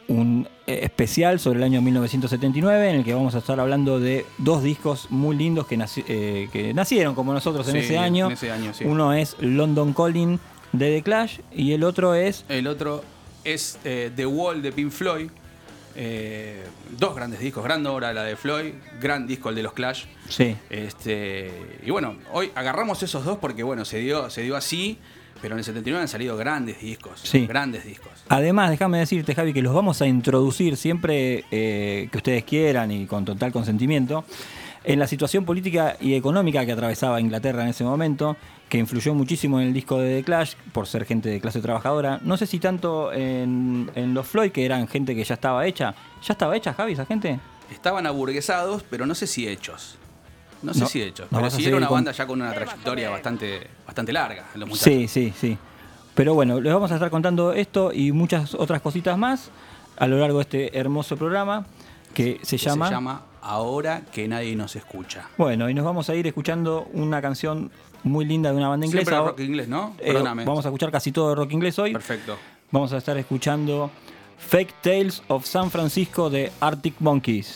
un especial sobre el año 1979 en el que vamos a estar hablando de dos discos muy lindos que nacieron como nosotros en ese año. Sí. Uno es London Calling de The Clash y el otro es The Wall de Pink Floyd. Dos grandes discos, gran obra la de Floyd, gran disco el de los Clash. Sí. Y bueno, hoy agarramos esos dos porque bueno, se dio así, pero en el 79 han salido grandes discos. Sí. Grandes discos. Además, déjame decirte, Javi, que los vamos a introducir siempre que ustedes quieran y con total consentimiento en la situación política y económica que atravesaba Inglaterra en ese momento, que influyó muchísimo en el disco de The Clash por ser gente de clase trabajadora. No sé si tanto en los Floyd, que eran gente que ya estaba hecha. ¿Ya estaba hecha, Javi, esa gente? Estaban aburguesados, pero no sé si hechos. No sé si hechos. Pero sí era una banda ya con una trayectoria bastante larga. Los muchachos. Sí. Pero bueno, les vamos a estar contando esto y muchas otras cositas más a lo largo de este hermoso programa que se llama Ahora que nadie nos escucha. Bueno, y nos vamos a ir escuchando una canción muy linda de una banda inglesa. Siempre rock inglés, ¿no? Perdóname. Vamos a escuchar casi todo rock inglés hoy. Perfecto. Vamos a estar escuchando Fake Tales of San Francisco de Arctic Monkeys.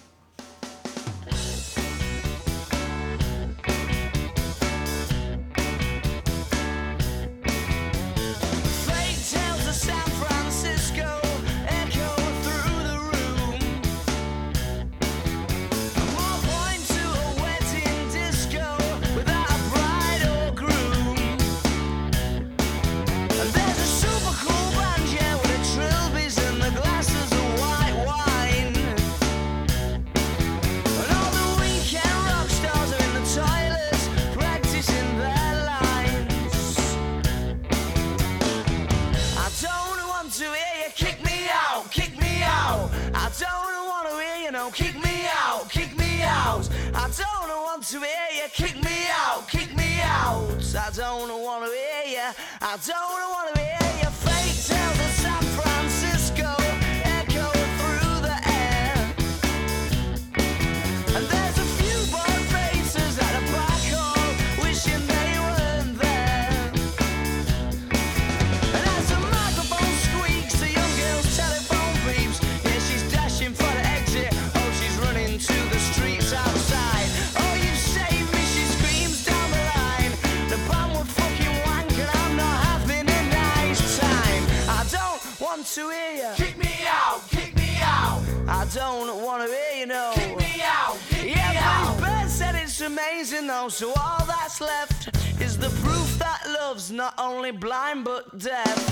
So all that's left is the proof that love's not only blind but deaf.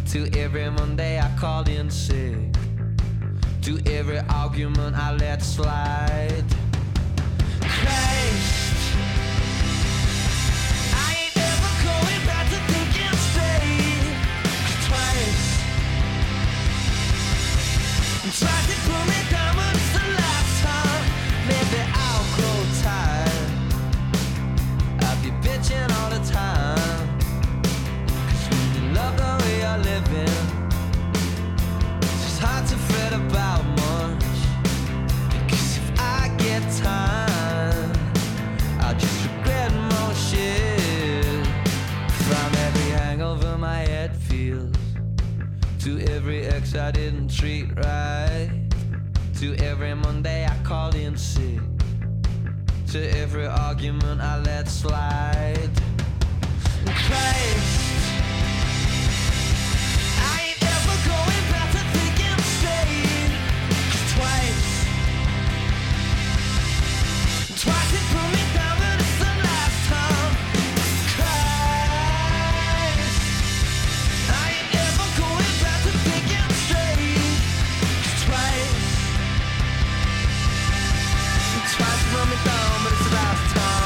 To every Monday I called in sick. To every argument I let slide. Christ, I ain't ever going back to thinking straight. Twice tried to pull me down, but it's the last time. Maybe I'll grow tired. I'll be bitching all the time. 'Cause when you love the way you're living, it's just hard to fret about much. Because if I get time, I'll just regret more shit. From every hangover my head feels, to every ex I didn't treat right, to every Monday I called in sick, to every argument I let slide. Christ, I ain't ever going back to thinking straight. Twice it put me down, but it's the last time. Christ, I ain't ever going back to thinking straight. Twice put me down, but it's the last time.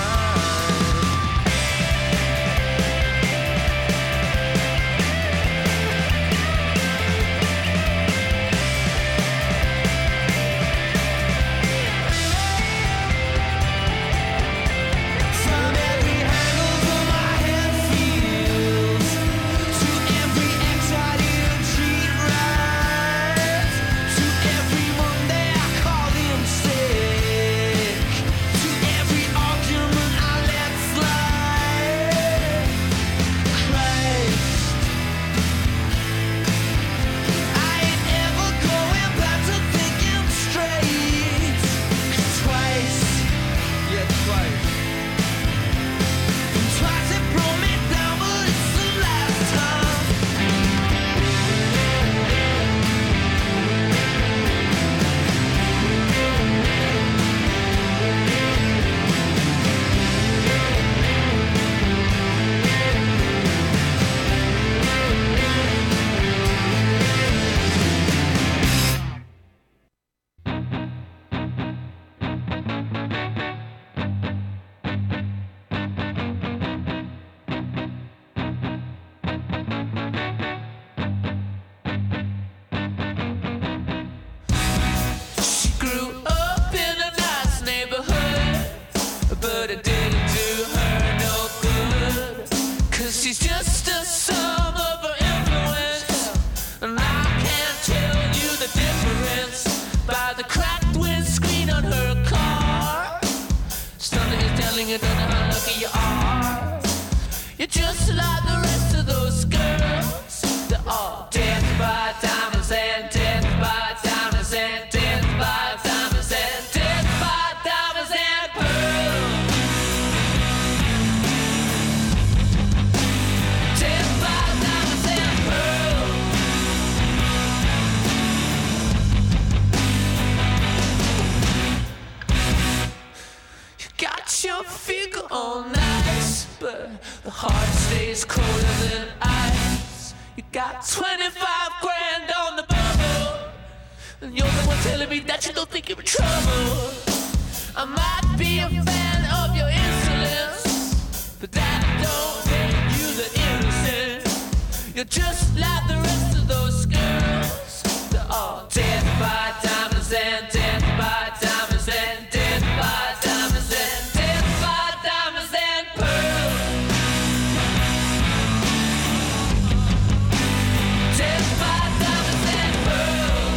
From every hangover my head feels, to every ex I didn't treat right, to every Monday I called in sick, to every argument I let slide. Christ, I ain't ever going back to thinking straight. Twice, yeah, twice. Twice it brought me down, but it's the last time. She grew up in a nice neighborhood, but it didn't do her no good. 'Cause she's just a sum of her influence, and I can't tell you the difference by the cracked windscreen on her car. Something is telling you don't know how lucky you are. You're just like the rest of those girls. They're all death by diamonds and death by diamonds and death by diamonds and death by diamonds and pearls. Death by diamonds and pearls. You got your figure all nice, but the heart stays colder than ice. You got 25 grand on the bubble, and you're the one telling me that you don't think you're in trouble. I might be a fan of your insolence, but that don't make you the innocent. You're just like the rest of those girls. They're all death by diamonds and death by diamonds and death by diamonds and death by diamonds and pearls. Death by diamonds and pearls.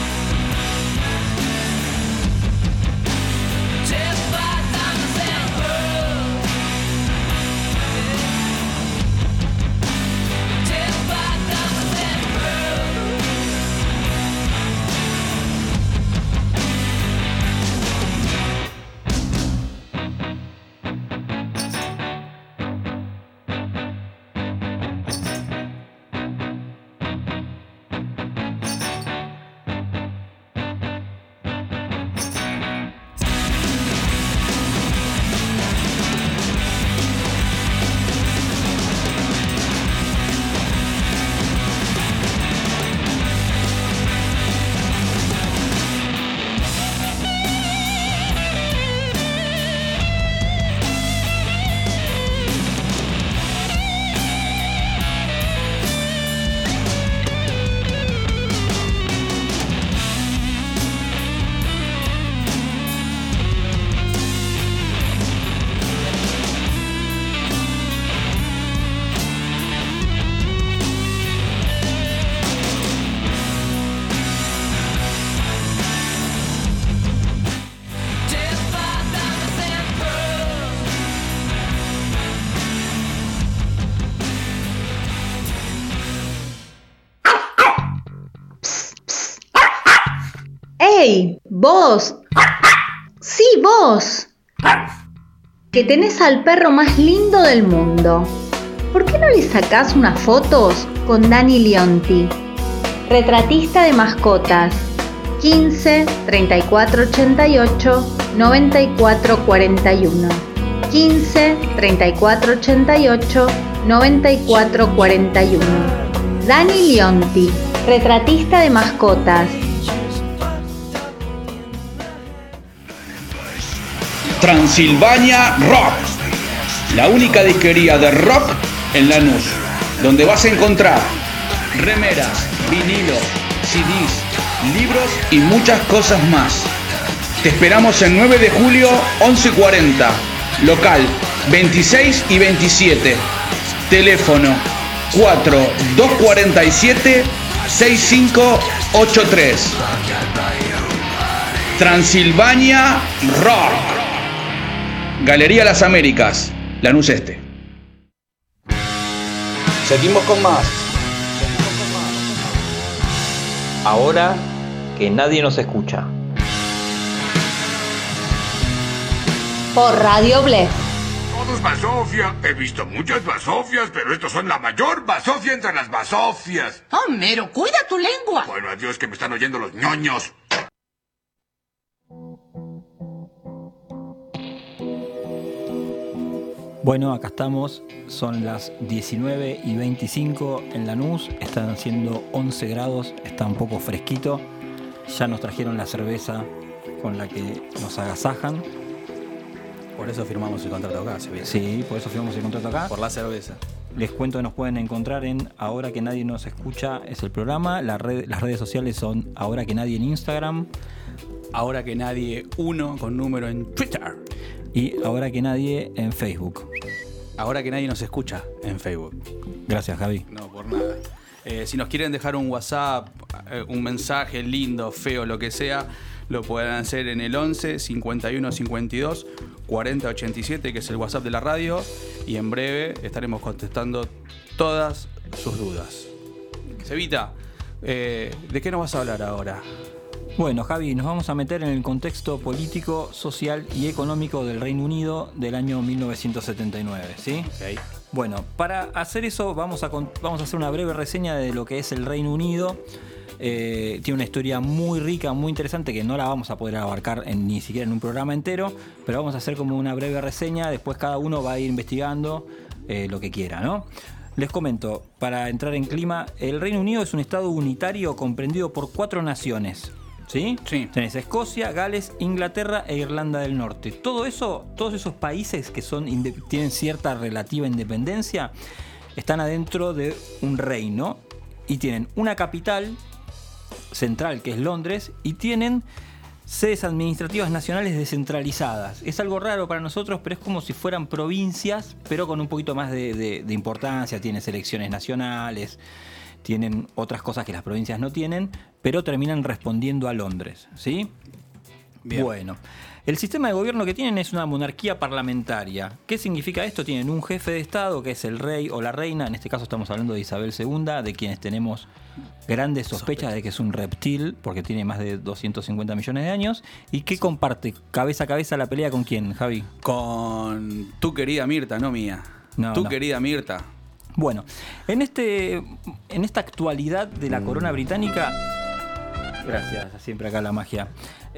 Death by diamonds and pearls. Death by diamonds and ¡Ey! ¡Vos! ¡Sí, vos! Que tenés al perro más lindo del mundo. ¿Por qué no le sacás unas fotos con Dani Leonti? Retratista de mascotas. 15 34 88 94 41. 15 34 88 94 41. Dani Leonti, retratista de mascotas. Transilvania Rock, la única disquería de rock en Lanús, donde vas a encontrar remeras, vinilos, CDs, libros y muchas cosas más. Te esperamos el 9 de julio, 11:40, local 26 y 27, teléfono 4247-6583. Transilvania Rock. Galería Las Américas, Lanús Este. Seguimos con más. Ahora que nadie nos escucha. Por Radio Bless. Todo es basofia. He visto muchas basofias, pero estos son la mayor basofia entre las basofias. Homero, cuida tu lengua. Bueno, adiós, que me están oyendo los ñoños. Bueno, acá estamos, son las 19:25 en Lanús, están haciendo 11 grados, está un poco fresquito, ya nos trajeron la cerveza con la que nos agasajan. Por eso firmamos el contrato acá, se ve. Sí, por eso firmamos el contrato acá. Por la cerveza. Les cuento que nos pueden encontrar en Ahora que Nadie Nos Escucha, es el programa, las redes sociales son Ahora que Nadie en Instagram. Ahora que Nadie 1 con número en Twitter. Y Ahora que Nadie en Facebook. Ahora que Nadie Nos Escucha en Facebook. Gracias, Javi. No, por nada. Si nos quieren dejar un WhatsApp, un mensaje lindo, feo, lo que sea, lo pueden hacer en el 11 51 52 40 87, que es el WhatsApp de la radio, y en breve estaremos contestando todas sus dudas. Cevita, ¿de qué nos vas a hablar ahora? Bueno, Javi, nos vamos a meter en el contexto político, social y económico del Reino Unido del año 1979, ¿sí? Okay. Bueno, para hacer eso vamos a hacer una breve reseña de lo que es el Reino Unido. Tiene una historia muy rica, muy interesante, que no la vamos a poder abarcar ni siquiera en un programa entero, pero vamos a hacer como una breve reseña, después cada uno va a ir investigando lo que quiera, ¿no? Les comento, para entrar en clima, el Reino Unido es un estado unitario comprendido por 4 naciones. ¿Sí? Sí. Tenés Escocia, Gales, Inglaterra e Irlanda del Norte. Todos esos países que tienen cierta relativa independencia están adentro de un reino y tienen una capital central que es Londres y tienen sedes administrativas nacionales descentralizadas. Es algo raro para nosotros, pero es como si fueran provincias, pero con un poquito más de importancia. Tienen elecciones nacionales, tienen otras cosas que las provincias no tienen, pero terminan respondiendo a Londres, ¿sí? Bien. Bueno, el sistema de gobierno que tienen es una monarquía parlamentaria. ¿Qué significa esto? Tienen un jefe de Estado, que es el rey o la reina. En este caso estamos hablando de Isabel II, de quienes tenemos grandes sospechas de que es un reptil, porque tiene más de 250 millones de años. ¿Y qué comparte cabeza a cabeza la pelea con quién, Javi? Con tu querida Mirta, no mía. No. Querida Mirta. Bueno, en esta actualidad de la corona británica, gracias, siempre acá la magia,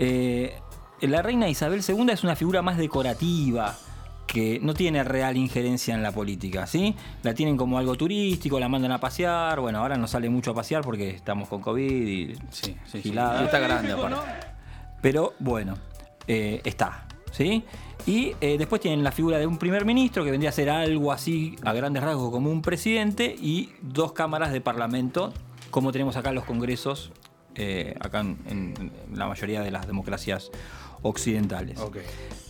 la reina Isabel II es una figura más decorativa, que no tiene real injerencia en la política, ¿sí? La tienen como algo turístico, la mandan a pasear, bueno, ahora no sale mucho a pasear porque estamos con COVID y Sí. gilada. Está grande aparte. Pero bueno, está, ¿sí? Y después tienen la figura de un primer ministro, que vendría a ser algo así, a grandes rasgos, como un presidente, y 2 cámaras de parlamento, como tenemos acá en los congresos, acá en la mayoría de las democracias occidentales. Okay.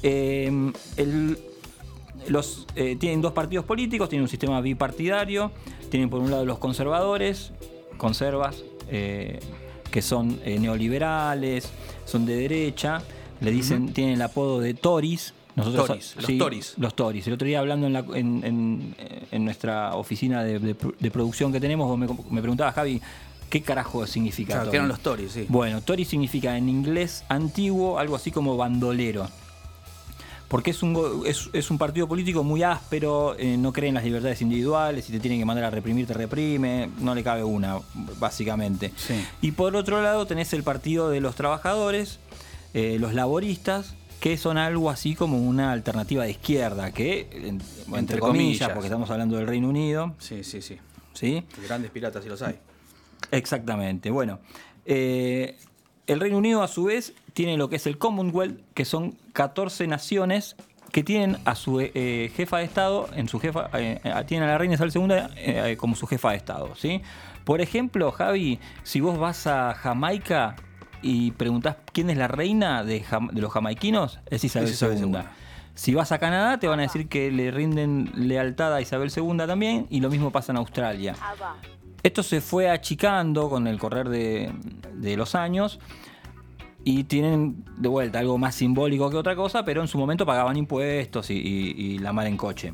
Tienen 2 partidos políticos, tienen un sistema bipartidario, tienen por un lado los conservadores, conservas, que son neoliberales, son de derecha, le dicen, tienen el apodo de Tories. Nosotros, los Tories. El otro día hablando en nuestra oficina de producción que tenemos, vos me preguntabas, Javi, ¿Qué carajo significa Claro, Tory? que eran los Tories, sí. Bueno, Tory significa en inglés antiguo algo así como bandolero. Porque es un partido político muy áspero, no cree en las libertades individuales, si te tienen que mandar a reprimir, te reprime, no le cabe una, básicamente. Sí. Y por otro lado tenés el partido de los trabajadores, los laboristas, que son algo así como una alternativa de izquierda, que, entre comillas, porque estamos hablando del Reino Unido. Sí. ¿Sí? Grandes piratas, si los hay. Exactamente. Bueno, el Reino Unido a su vez tiene lo que es el Commonwealth, que son 14 naciones que tienen a su jefa de Estado, tienen a la reina Isabel II como su jefa de Estado, ¿sí? Por ejemplo, Javi, si vos vas a Jamaica y preguntás quién es la reina de los jamaiquinos, es Isabel II. Si vas a Canadá te van a decir que le rinden lealtad a Isabel II también, y lo mismo pasa en Australia. Esto se fue achicando con el correr de los años y tienen de vuelta algo más simbólico que otra cosa, pero en su momento pagaban impuestos y la mar en coche.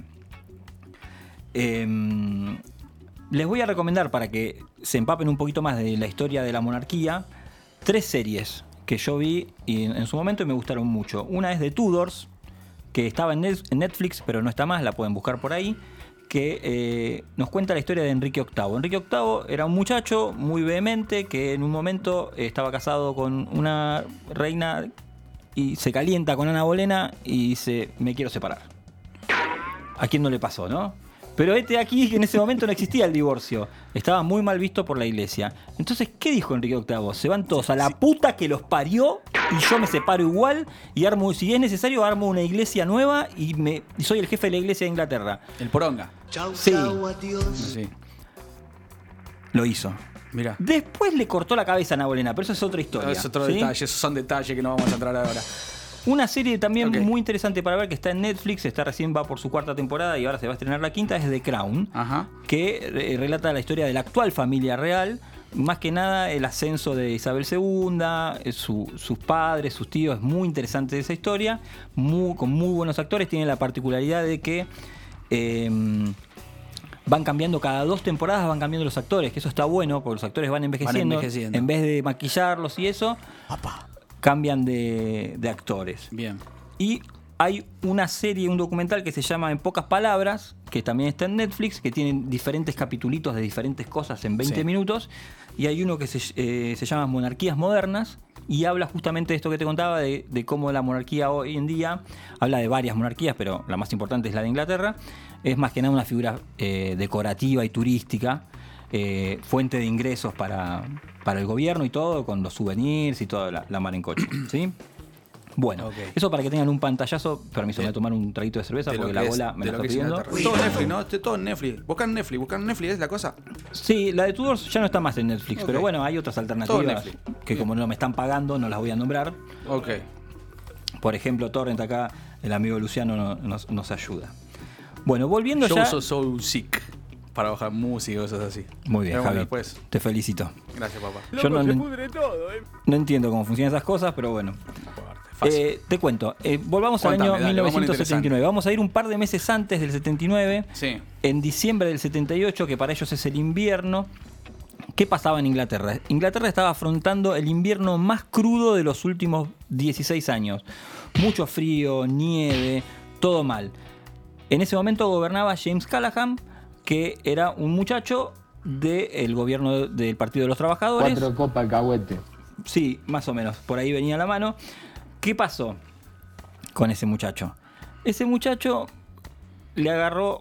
Les voy a recomendar, para que se empapen un poquito más de la historia de la monarquía, 3 series que yo vi y en su momento me gustaron mucho. Una es The Tudors, que estaba en Netflix, pero no está más, la pueden buscar por ahí, que nos cuenta la historia de Enrique VIII. Enrique VIII era un muchacho muy vehemente que en un momento estaba casado con una reina y se calienta con Ana Bolena y dice: me quiero separar. ¿A quién no le pasó, no? Pero aquí que en ese momento no existía el divorcio. Estaba muy mal visto por la iglesia. Entonces, ¿qué dijo Enrique VIII? Se van todos a la puta que los parió y yo me separo igual y armo, si es necesario, armo una iglesia nueva y soy el jefe de la iglesia de Inglaterra. El poronga. Sí. Sí. Lo hizo. Mira. Después le cortó la cabeza a Ana Bolena, pero eso es otra historia. Es otro ¿sí? detalle, esos son detalles que no vamos a entrar ahora. Una serie también Ok. muy interesante para ver, que está en Netflix, va por su 4ª temporada y ahora se va a estrenar la 5ª, es The Crown, Ajá. que relata la historia de la actual familia real, más que nada el ascenso de Isabel II, sus padres, sus tíos. Es muy interesante esa historia, con muy buenos actores. Tiene la particularidad de que van cambiando cada 2 temporadas, van cambiando los actores, que eso está bueno, porque los actores van envejeciendo. En vez de maquillarlos y eso, cambian de actores. Bien. Y hay una serie, un documental que se llama En pocas palabras, que también está en Netflix, que tiene diferentes capitulitos de diferentes cosas en 20 minutos. Y hay uno que se llama Monarquías Modernas y habla justamente de esto que te contaba, de cómo la monarquía hoy en día, habla de varias monarquías, pero la más importante es la de Inglaterra, es más que nada una figura decorativa y turística, fuente de ingresos para el gobierno y todo, con los souvenirs y toda la mar en coche, ¿sí? Bueno, eso para que tengan un pantallazo. Permiso, me voy a tomar un traguito de cerveza porque la bola me la está pidiendo. Todo Netflix, ¿no? Todo en Netflix. Buscan Netflix, ¿es la cosa? Sí, la de Tudors ya no está más en Netflix, pero bueno, hay otras alternativas que Bien. como no me están pagando, no las voy a nombrar. Ok. Por ejemplo, Torrent, acá el amigo Luciano nos ayuda. Bueno, volviendo Yo ya... uso Soul Sick para bajar música y cosas así. Muy bien, Pero Javi. bueno, después. Te felicito. Gracias, papá. Yo no entiendo cómo funcionan esas cosas, pero bueno. Te cuento, volvamos al Cuéntame, año dale, vamos a lo 1979. Vamos a ir un par de meses antes del 79, Sí. en diciembre del 78, que para ellos es el invierno. ¿Qué pasaba en Inglaterra? Inglaterra estaba afrontando el invierno más crudo de los últimos 16 años. Mucho frío, nieve, todo mal. En ese momento gobernaba James Callaghan, que era un muchacho del gobierno del Partido de los Trabajadores. 4 copas alcahuete. Sí, más o menos, por ahí venía la mano. ¿Qué pasó con ese muchacho? Ese muchacho le agarró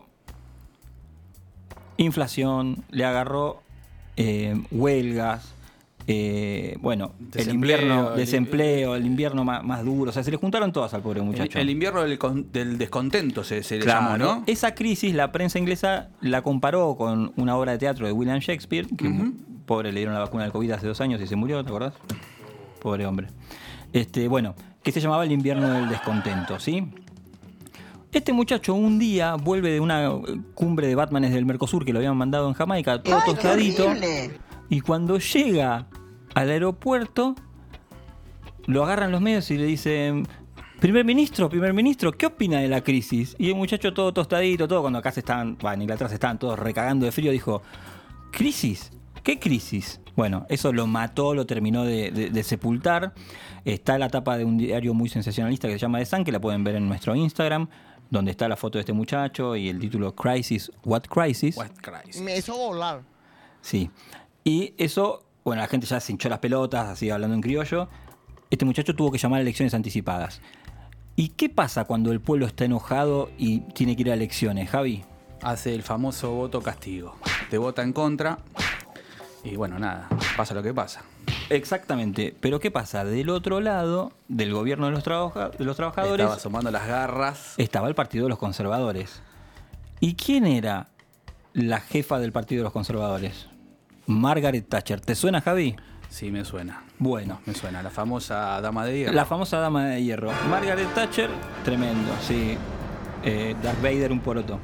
inflación, le agarró huelgas, bueno, desempleo, el invierno más duro. O sea, se le juntaron todas al pobre muchacho. El invierno del descontento se le Claro, llamó, ¿no? Esa crisis la prensa inglesa la comparó con una obra de teatro de William Shakespeare, que pobre, le dieron la vacuna del COVID hace 2 años y se murió, ¿te acordás? Pobre hombre. Bueno, que se llamaba El invierno del descontento, ¿sí? Este muchacho un día vuelve de una cumbre de Batmanes del Mercosur que lo habían mandado en Jamaica, todo tostadito, y cuando llega al aeropuerto lo agarran los medios y le dicen: primer ministro, ¿qué opina de la crisis? Y el muchacho todo tostadito, todo, cuando acá en Inglaterra se estaban todos recagando de frío, dijo: ¿crisis? ¿Qué crisis? Bueno, eso lo mató, lo terminó de sepultar. Está la tapa de un diario muy sensacionalista que se llama The Sun, que la pueden ver en nuestro Instagram, donde está la foto de este muchacho y el título Crisis, What Crisis. What crisis. Me hizo volar. Sí. Y eso, bueno, la gente ya se hinchó las pelotas, así hablando en criollo. Este muchacho tuvo que llamar a elecciones anticipadas. ¿Y qué pasa cuando el pueblo está enojado y tiene que ir a elecciones, Javi? Hace el famoso voto castigo. Te vota en contra y bueno, nada, pasa lo que pasa. Exactamente. Pero ¿qué pasa? Del otro lado, del gobierno de los trabajadores, Estaba asomando las garras. estaba el Partido de los Conservadores. ¿Y quién era la jefa del Partido de los Conservadores? Margaret Thatcher. ¿Te suena, Javi? Sí, me suena. Bueno. Me suena. La famosa dama de hierro. La famosa dama de hierro. Margaret Thatcher, tremendo, sí. Darth Vader, un poroto.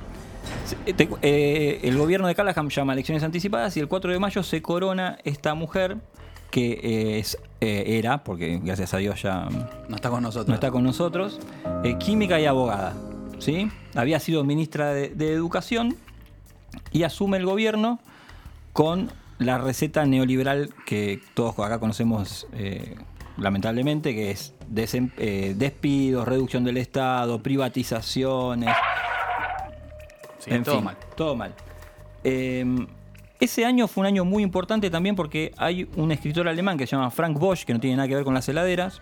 El gobierno de Callaghan llama a elecciones anticipadas y el 4 de mayo se corona esta mujer que era, porque gracias a Dios ya No está con nosotros. no está con nosotros, química y abogada, ¿sí? Había sido ministra de Educación y asume el gobierno con la receta neoliberal que todos acá conocemos lamentablemente, que es despidos, reducción del Estado, privatizaciones. Sí, En todo fin, mal. todo mal. Ese año fue un año muy importante también porque hay un escritor alemán que se llama Frank Bosch, que no tiene nada que ver con las heladeras,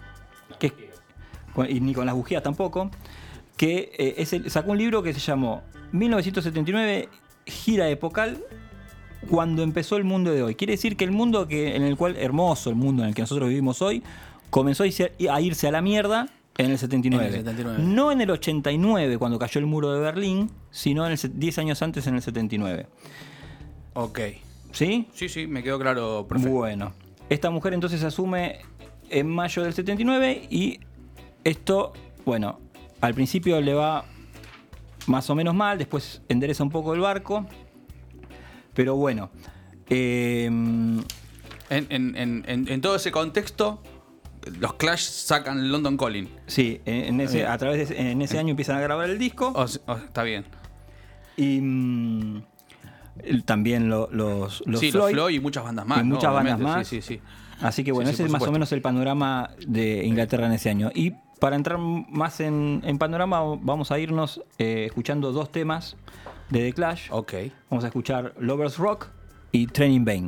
y ni con las bujías tampoco, que sacó un libro que se llamó 1979, gira epocal, cuando empezó el mundo de hoy. Quiere decir que el mundo hermoso, el mundo en el que nosotros vivimos hoy, comenzó a irse a la mierda en el 79. En el 79. No en el 89, cuando cayó el muro de Berlín, sino 10 años antes, en el 79. Ok. ¿Sí? Sí, me quedó claro, profe. Bueno, esta mujer entonces asume en mayo del 79 y esto, bueno, al principio le va más o menos mal, después endereza un poco el barco, pero bueno. En todo ese contexto, los Clash sacan London Calling. Sí, en ese año empiezan a grabar el disco. Está bien. Y también los Sí, Floyd. los Floyd y muchas bandas más. Y muchas bandas Obviamente, más. Sí. Así que bueno, Sí, ese por es más o supuesto. menos el panorama de Inglaterra en ese año. Y para entrar más en panorama, vamos a irnos escuchando dos temas de The Clash. Ok. Vamos a escuchar Lovers Rock y Training Bane.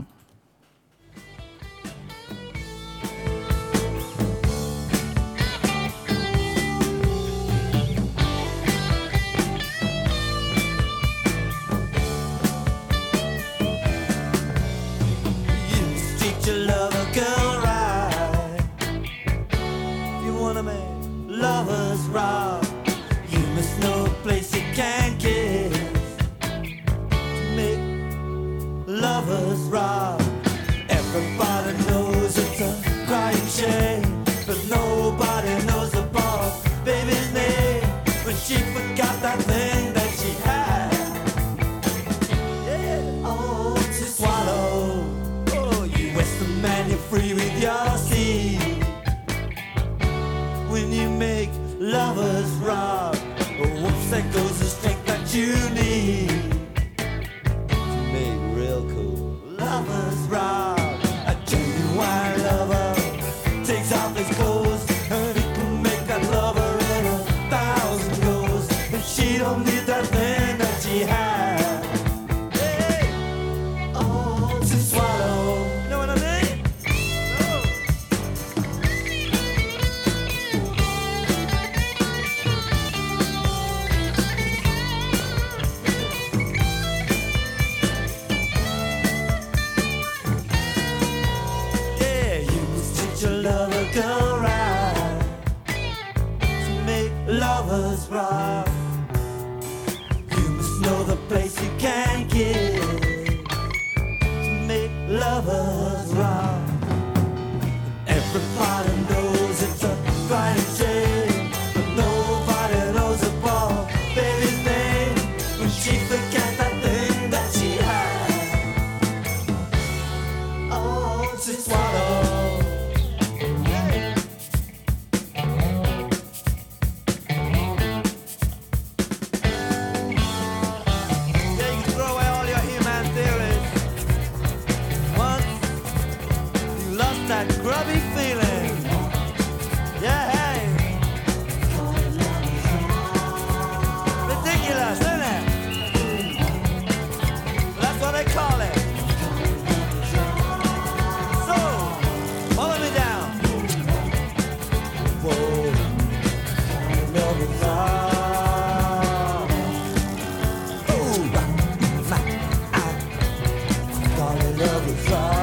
Treat your lover girl right. If you wanna make lovers rock, you must know a place you can kiss. Make lovers rock. Everybody knows it's a crying shame, but nobody knows the boss baby's name. When she forgot that thing that she had, oh, to swallow. Oh, you Western man, you're free with your seed. When you make lovers rock, oh, whoops, that goes the strength that you need to make real cool lovers rock. A genuine lover takes off his clothes and he can make that lover in 1,000 goes. And she don't need that thing that she had. Hey, oh, to swallow. Know what I mean? Yeah, you must treat your lover girl right to make lovers rock. You must know the place you can get to make lovers rock. Everybody knows it's a crying shame, but nobody knows the ball baby's name. When she forgot that thing that she had, oh, to swallow. Yeah. Yeah, you can throw away all your He-Man theories. that grubby feeling. Yeah, hey. Ridiculous, isn't it? That's what they call it. So, follow me down. Whoa, love is love. Ooh, my, darling, love is love.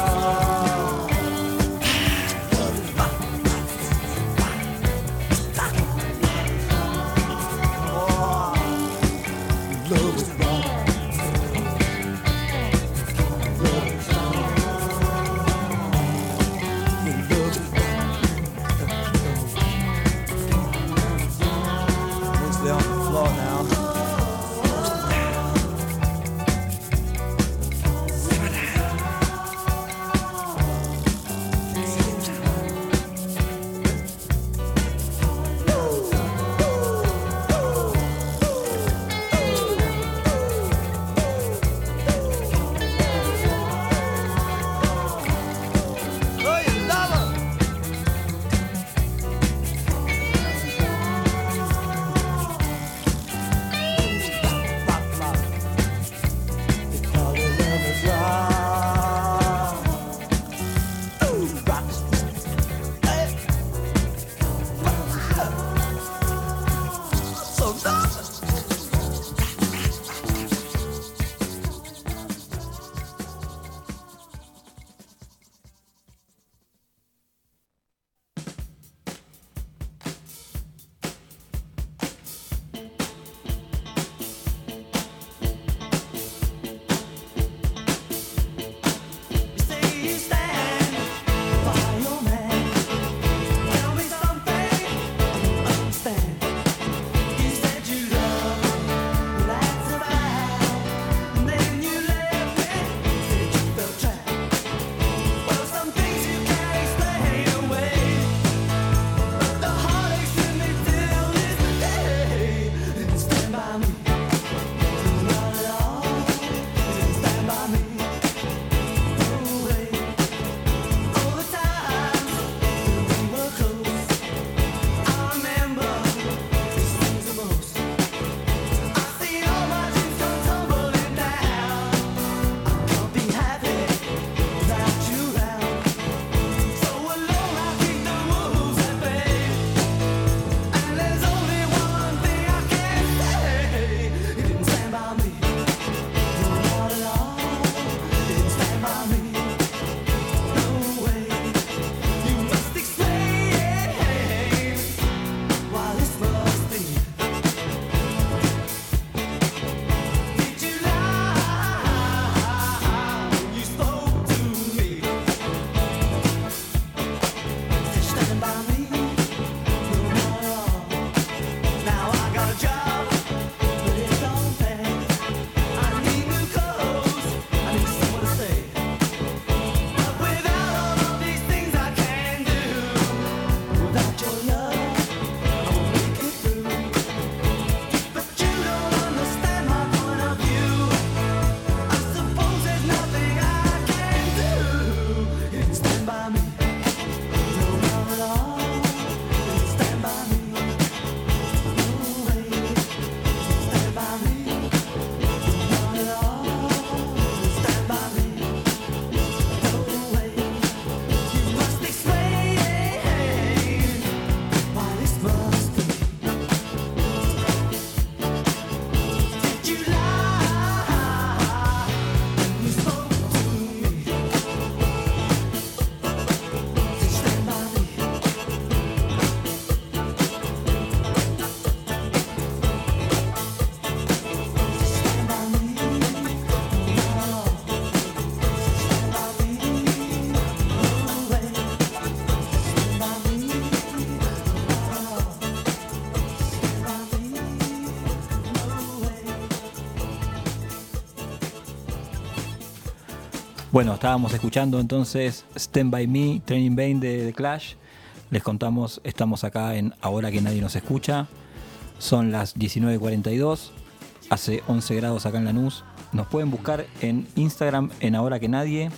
Bueno, estábamos escuchando entonces Stand By Me, Training Bane de The Clash. Les contamos, estamos acá en Ahora que nadie nos escucha. Son las 19:42, hace 11 grados acá en Lanús. Nos pueden buscar en Instagram en Ahora que nadie,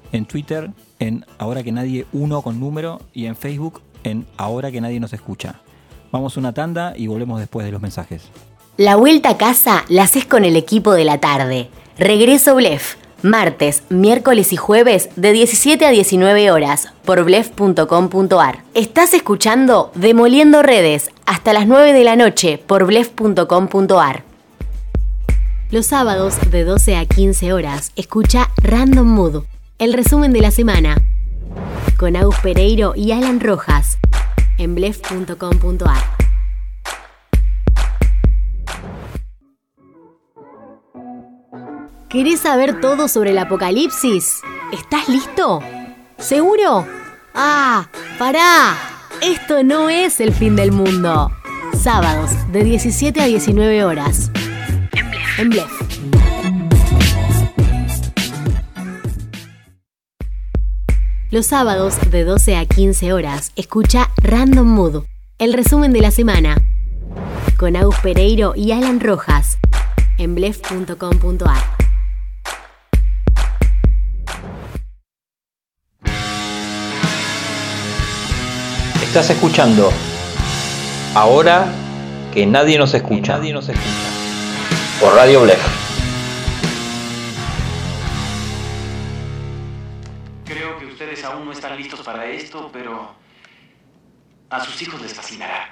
en Twitter en Ahora que Nadie 1 con número y en Facebook en Ahora que Nadie nos escucha. Vamos a una tanda y volvemos después de los mensajes. La vuelta a casa la haces con el equipo de la tarde. Regreso Blef. Martes, miércoles y jueves de 17 a 19 horas por blef.com.ar. Estás escuchando Demoliendo Redes hasta las 9 de la noche por blef.com.ar. Los sábados de 12 a 15 horas escucha Random Mood, el resumen de la semana, con Agus Pereiro y Alan Rojas en blef.com.ar. ¿Querés saber todo sobre el apocalipsis? ¿Estás listo? ¿Seguro? ¡Ah! ¡Pará! Esto no es el fin del mundo. Sábados de 17 a 19 horas. En Blef. Los sábados de 12 a 15 horas escucha Random Mood, el resumen de la semana, con Agus Pereiro y Alan Rojas en blef.com.ar. Estás escuchando Ahora que Nadie nos escucha. Por Radio Blef. Creo que ustedes aún no están listos para esto, pero a sus hijos les fascinará.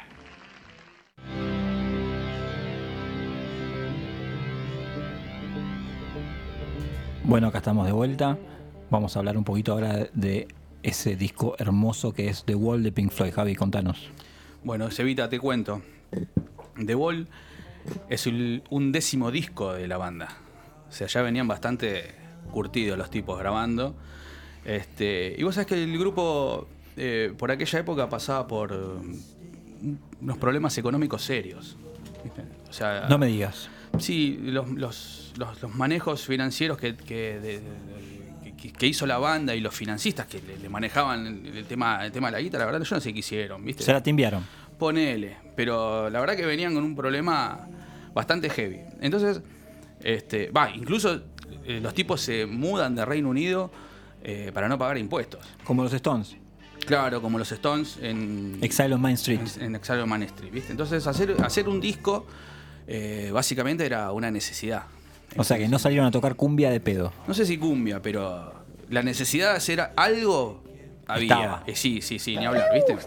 Bueno, acá estamos de vuelta. Vamos a hablar un poquito ahora de ese disco hermoso que es The Wall de Pink Floyd. Javi, contanos. Bueno, Cevita, te cuento. The Wall es un 10º disco de la banda. O sea, ya venían bastante curtidos los tipos grabando. Y vos sabés que el grupo por aquella época pasaba por unos problemas económicos serios. ¿Viste? O sea, no me digas. Sí, los manejos financieros que hizo la banda y los financistas que le manejaban el tema de la guita, la verdad yo no sé qué hicieron, ¿viste? Se la timbiaron. Ponele, pero la verdad que venían con un problema bastante heavy. Entonces, incluso los tipos se mudan de Reino Unido para no pagar impuestos. Como los Stones. Claro, como los Stones en Exile on Main Street. En Exile on Main Street, ¿viste? Entonces, hacer un disco básicamente era una necesidad. O sea que no salieron a tocar cumbia de pedo. No sé si cumbia, pero la necesidad de hacer algo había. Sí, ni hablar, ¿viste?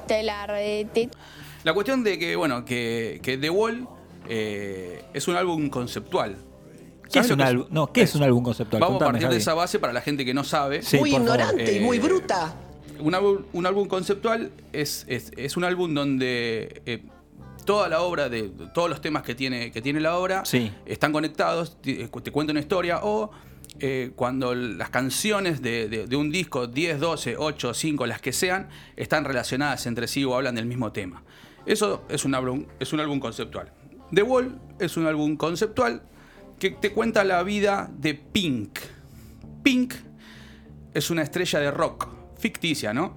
La cuestión de que, bueno, que The Wall es un álbum conceptual. ¿Qué es un álbum? No, ¿qué es un álbum conceptual? Vamos Contame, a partir Javi. de esa base para la gente que no sabe. Sí, muy ignorante y muy bruta. Un álbum conceptual es un álbum donde toda la obra, de todos los temas que tiene la obra, sí, están conectados, te cuenta una historia, o cuando las canciones de un disco, 10, 12, 8, 5, las que sean, están relacionadas entre sí o hablan del mismo tema. Eso es un álbum conceptual. The Wall es un álbum conceptual que te cuenta la vida de Pink. Pink es una estrella de rock ficticia, ¿no?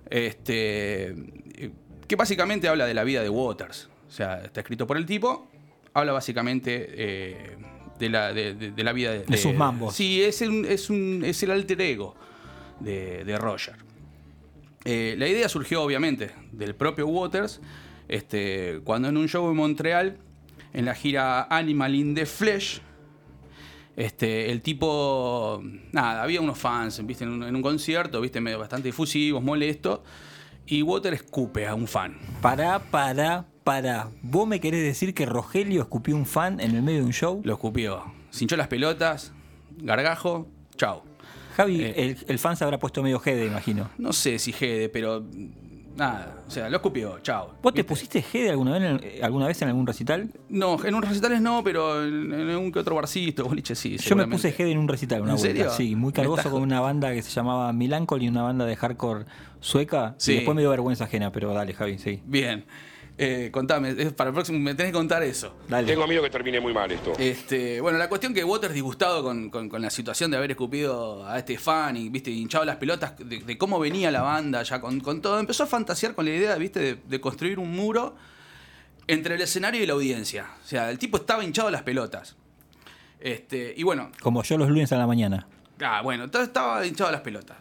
Que básicamente habla de la vida de Waters. O sea, está escrito por el tipo, habla básicamente de la vida de sus mambos. Sí, es el alter ego de Roger. La idea surgió obviamente del propio Waters, cuando en un show en Montreal, en la gira Animal in the Flesh, el tipo, había unos fans, ¿viste? En un concierto, ¿viste? Medio bastante difusivos, molestos, y Waters escupe a un fan. Pará. ¿Vos me querés decir que Rogelio escupió un fan en el medio de un show? Lo escupió. Se hinchó las pelotas, gargajo, chau. Javi, el fan se habrá puesto medio jede, imagino. No sé si jede, pero nada, o sea, lo escupió, chau. ¿Vos te pusiste jede alguna vez en algún recital? No, en un recital no, pero en un que otro barcito, boliche sí. Yo me puse jede en un recital una vuelta. ¿En serio? Sí, muy cargoso con una banda que se llamaba Melancholy, una banda de hardcore sueca. Sí. Y después me dio vergüenza ajena, pero dale, Javi, sí. Bien. Contame, para el próximo me tenés que contar eso. Dale. Tengo miedo que termine muy mal esto. Bueno, la cuestión que Waters, disgustado con la situación de haber escupido a este fan y, viste, hinchado las pelotas de cómo venía la banda ya con todo, empezó a fantasear con la idea, viste, de construir un muro entre el escenario y la audiencia. O sea, el tipo estaba hinchado las pelotas. Y bueno. Como yo los lunes a la mañana. Bueno, estaba hinchado las pelotas.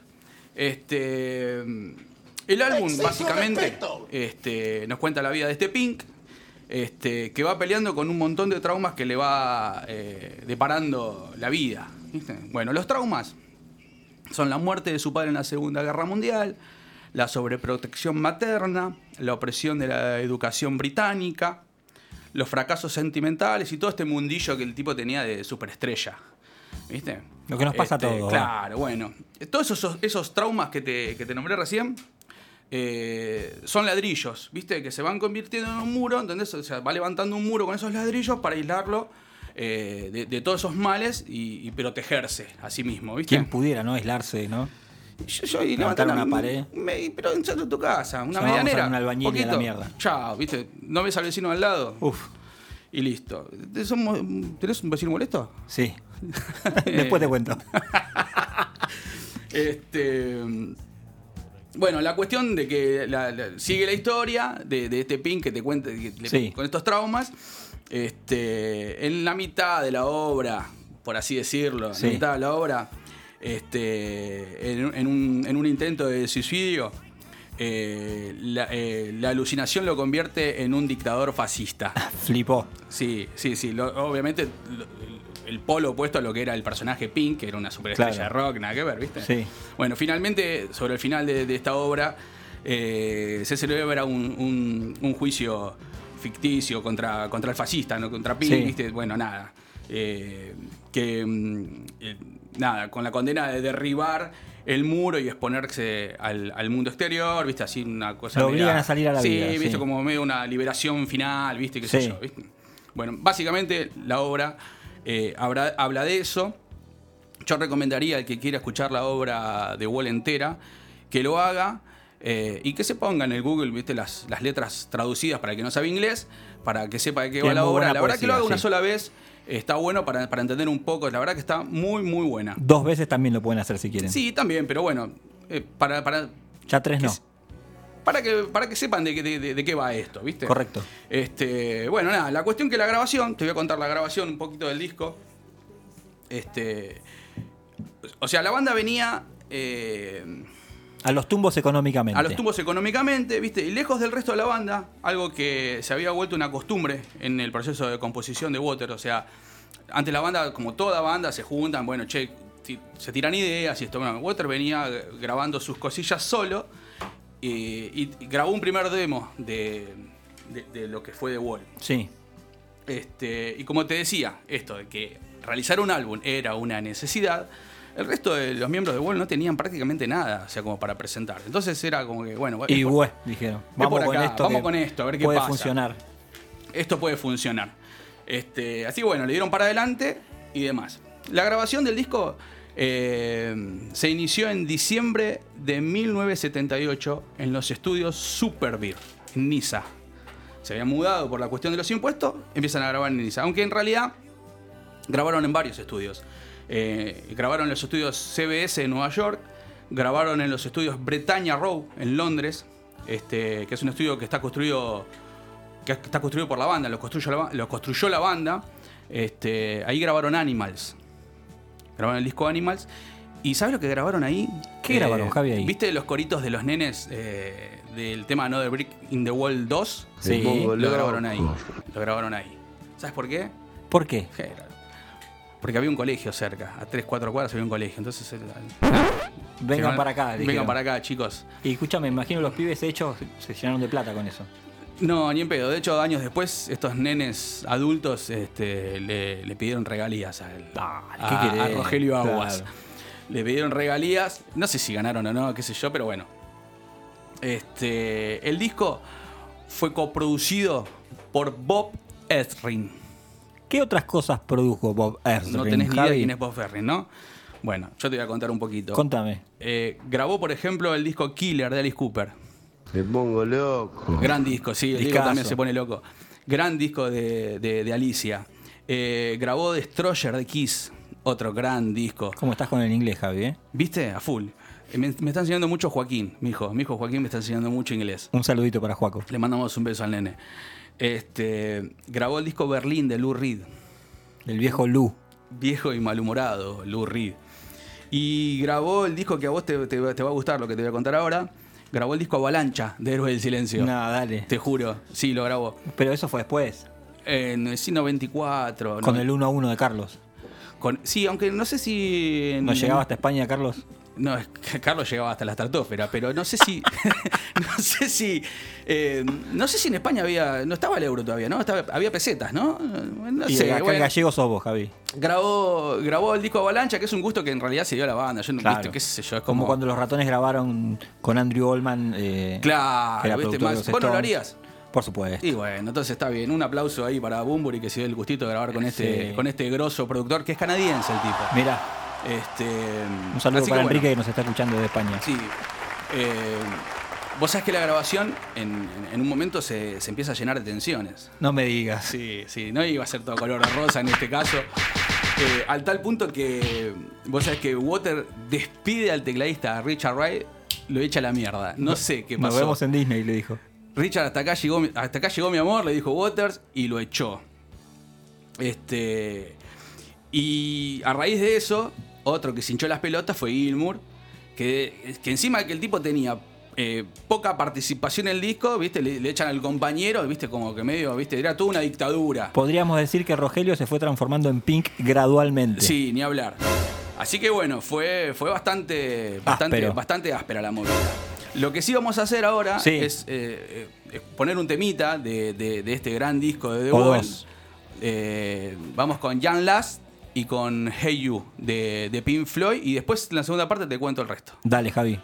El álbum básicamente nos cuenta la vida de este Pink, que va peleando con un montón de traumas que le va deparando la vida, ¿viste? Bueno, los traumas son la muerte de su padre en la Segunda Guerra Mundial, la sobreprotección materna, la opresión de la educación británica, los fracasos sentimentales y todo este mundillo que el tipo tenía de superestrella, ¿viste? Lo que nos pasa a todos. Claro, bueno. Todos esos traumas que te nombré recién son ladrillos, ¿viste? Que se van convirtiendo en un muro, ¿entendés? O sea, va levantando un muro con esos ladrillos para aislarlo de todos esos males y protegerse a sí mismo, ¿viste? ¿Quién pudiera, no? Aislarse, ¿no? Yo y levantar una pared. Pero en tu casa, una medianera. Un albañil y a la mierda. Chao, ¿viste? ¿No ves al vecino al lado? Uf. Y listo. ¿Tenés un vecino molesto? Sí. Después te cuento. Bueno, la cuestión de que sigue la historia de este Pink que te cuenta con estos traumas. En la mitad de la obra, por así decirlo, en la mitad de la obra, en un intento de suicidio, la alucinación lo convierte en un dictador fascista. Flipó. Sí. Obviamente el polo opuesto a lo que era el personaje Pink, que era una superestrella de rock, nada que ver, ¿viste? Sí. Bueno, finalmente, sobre el final de esta obra, se celebra un juicio ficticio contra el fascista, ¿no? Contra Pink, Sí. ¿viste? Bueno, nada. Nada, con la condena de derribar el muro y exponerse al mundo exterior, ¿viste? Así una cosa. Lo obligan a salir a la vida. Sí, ¿viste? Sí. Como medio una liberación final, ¿viste? ¿Qué sé yo? ¿Viste? Bueno, básicamente la obra habla de eso. Yo recomendaría al que quiera escuchar la obra de Wall entera que lo haga y que se ponga en el Google, ¿viste? Las letras traducidas para el que no sabe inglés, para que sepa de qué va la obra. La verdad que lo haga una sola vez. Está bueno para entender un poco. La verdad que está muy, muy buena. 2 veces también lo pueden hacer si quieren. Sí, también, pero bueno, para ya 3 no. Para que sepan de qué va esto, ¿viste? Correcto. Bueno, nada, la cuestión que la grabación, te voy a contar la grabación un poquito del disco. O sea, la banda venía a los tumbos económicamente. A los tumbos económicamente, ¿viste? Y lejos del resto de la banda, algo que se había vuelto una costumbre en el proceso de composición de Water. O sea, antes la banda, como toda banda, se juntan, bueno, se tiran ideas y esto. Bueno, Water venía grabando sus cosillas solo y grabó un primer demo de lo que fue The Wall. Sí. Y como te decía, esto de que realizar un álbum era una necesidad. El resto de los miembros de Wall no tenían prácticamente nada, o sea, como para presentar. Entonces era como que, bueno... Y dijeron, vamos con esto, a ver qué puede pasa. Funcionar. Esto puede funcionar. Así que bueno, le dieron para adelante y demás. La grabación del disco se inició en diciembre de 1978 en los estudios Superbeer, en Niza. Se habían mudado por la cuestión de los impuestos, empiezan a grabar en Niza. Aunque en realidad grabaron en varios estudios. Grabaron en los estudios CBS en Nueva York, grabaron en los estudios Britannia Row en Londres, que es un estudio que está construido por la banda, lo construyó la banda. Ahí grabaron Animals, grabaron el disco Animals. ¿Y sabes lo que grabaron ahí? ¿Qué grabaron, Javi, ahí? ¿Viste los coritos de los nenes del tema Another Brick in the Wall 2? Sí, lo grabaron ahí. ¿Sabes por qué? ¿Por qué? Porque había un colegio cerca, a 3-4 cuadras había un colegio. Entonces, vengan para acá, dijeron. Vengan para acá, chicos. Y escúchame, imagino los pibes hechos se llenaron de plata con eso. No, ni en pedo. De hecho, años después, estos nenes adultos le pidieron regalías a Rogelio Aguas. Claro. Le pidieron regalías. No sé si ganaron o no, qué sé yo, pero bueno. El disco fue coproducido por Bob Ezrin. ¿Qué otras cosas produjo Bob Ezrin? No tenés ni idea de quién es Bob Ezrin, ¿no? Bueno, yo te voy a contar un poquito. Contame. Grabó, por ejemplo, el disco Killer de Alice Cooper. Me pongo loco. Gran disco, sí, el disco también se pone loco. Gran disco de Alicia. Grabó Destroyer de Kiss, otro gran disco. ¿Cómo estás con el inglés, Javi? ¿Viste? A full. Me está enseñando mucho Joaquín, mi hijo. Mi hijo Joaquín me está enseñando mucho inglés. Un saludito para Joaco. Le mandamos un beso al nene. Grabó el disco Berlín de Lou Reed. El viejo Lou. Viejo y malhumorado, Lou Reed. Y grabó el disco que a vos te va a gustar, lo que te voy a contar ahora. Grabó el disco Avalancha de Héroes del Silencio. No, dale. Te juro, sí, lo grabó. Pero eso fue después. En el 94. Con el 1-1 de Carlos. Sí, aunque no sé si... ¿No llegaba hasta España, Carlos? No, Carlos llegaba hasta la estratosfera, pero no sé si... no sé si en España no estaba el euro todavía, ¿no? Había pesetas, ¿no? No y sé. acá el gallego sos vos, Javi. Grabó el disco Avalancha, que es un gusto que en realidad se dio a la banda. Yo no, claro. ¿viste? ¿Qué sé yo? Es como cuando los Ratones grabaron con Andrew Oldman. Claro, ¿viste? Más, ¿vos no lo harías? Por supuesto. Y bueno, entonces está bien. Un aplauso ahí para Bunbury, que se dio el gustito de grabar con este grosso productor, que es canadiense el tipo. Mirá. Un saludo para Enrique, que nos está escuchando desde España. Sí. Vos sabés que la grabación en un momento se empieza a llenar de tensiones. No me digas. Sí, no iba a ser todo color de rosa en este caso. Al tal punto que vos sabés que Water despide al tecladista Richard Wright, lo echa a la mierda. No sé qué pasó. Nos vemos en Disney, le dijo. Richard, hasta acá llegó mi amor, le dijo Waters, y lo echó. Y a raíz de eso, otro que se hinchó las pelotas fue Gilmour, que encima de que el tipo tenía poca participación en el disco, ¿viste? Le echan al compañero, ¿viste? Como que medio, ¿viste? Era toda una dictadura. Podríamos decir que Rogelio se fue transformando en Pink gradualmente. Sí, ni hablar. Así que bueno, fue bastante áspera la movida. Lo que sí vamos a hacer ahora es poner un temita de este gran disco de The Wall. Vamos con Jan Last y con Hey You de Pink Floyd, y después en la segunda parte te cuento el resto. Dale, Javi.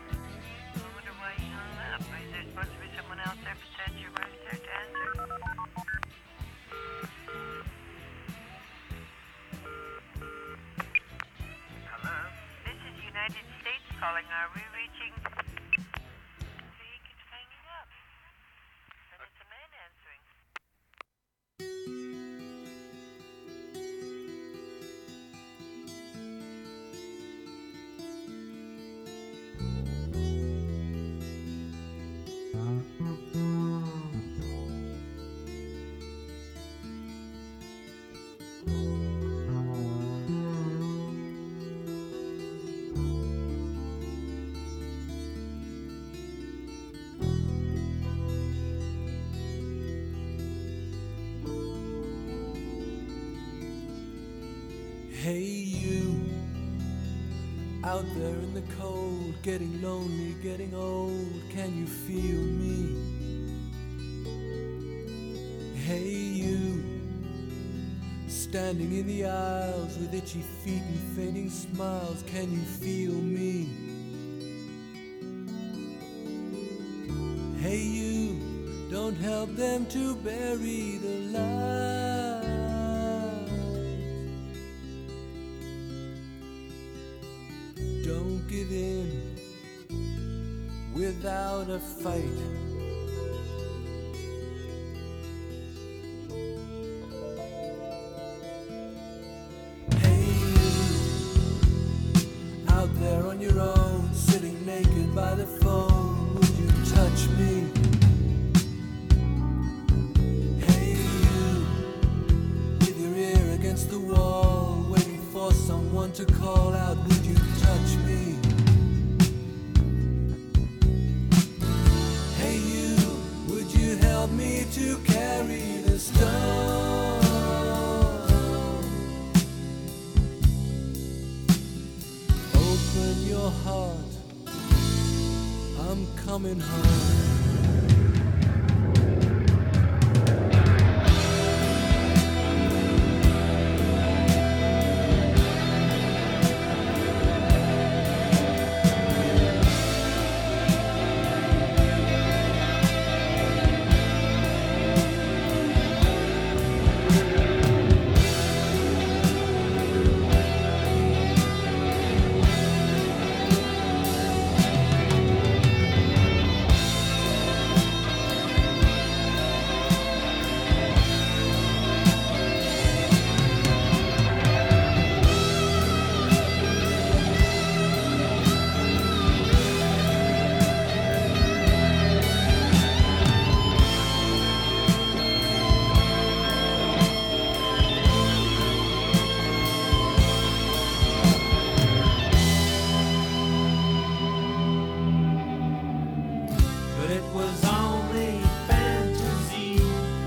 Supposed to be someone else there besides your registered answer? Are we reaching? See, he keeps hanging up. And it's a man answering. Hey you, out there in the cold, getting lonely, getting old, can you feel me? Hey you, standing in the aisles with itchy feet and fainting smiles, can you feel me? Hey you, don't help them to bury the light. Don't give in without a fight. Hey you, out there on your own, sitting naked by the phone, would you touch me? Hey you, with your ear against the wall, waiting for someone to call out, would you touch me? Hey you, would you help me to carry the stone? Open your heart, I'm coming home. But it was only fantasy.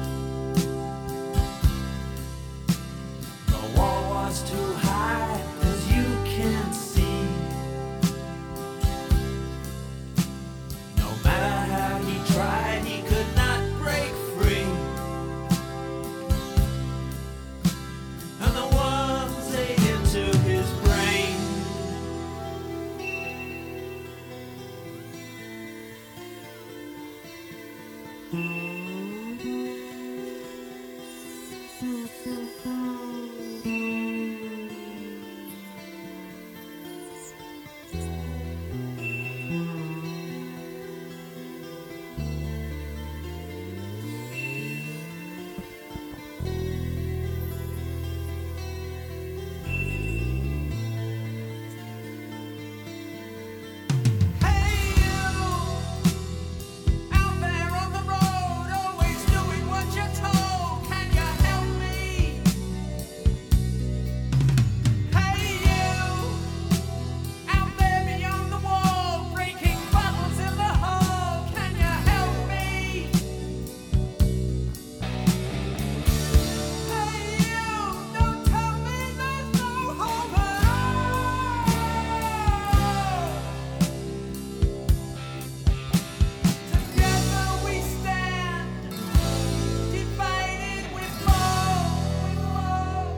The wall was too high, as you can see. No matter how he tried, he could not break free. And the ones ate into his brain. Out there on the road, always doing what you're told. Can you help me? Hey you, out there beyond the wall, breaking bottles in the hall. Can you help me? Hey you, don't tell me there's no hope at all. Together we stand, divided with love.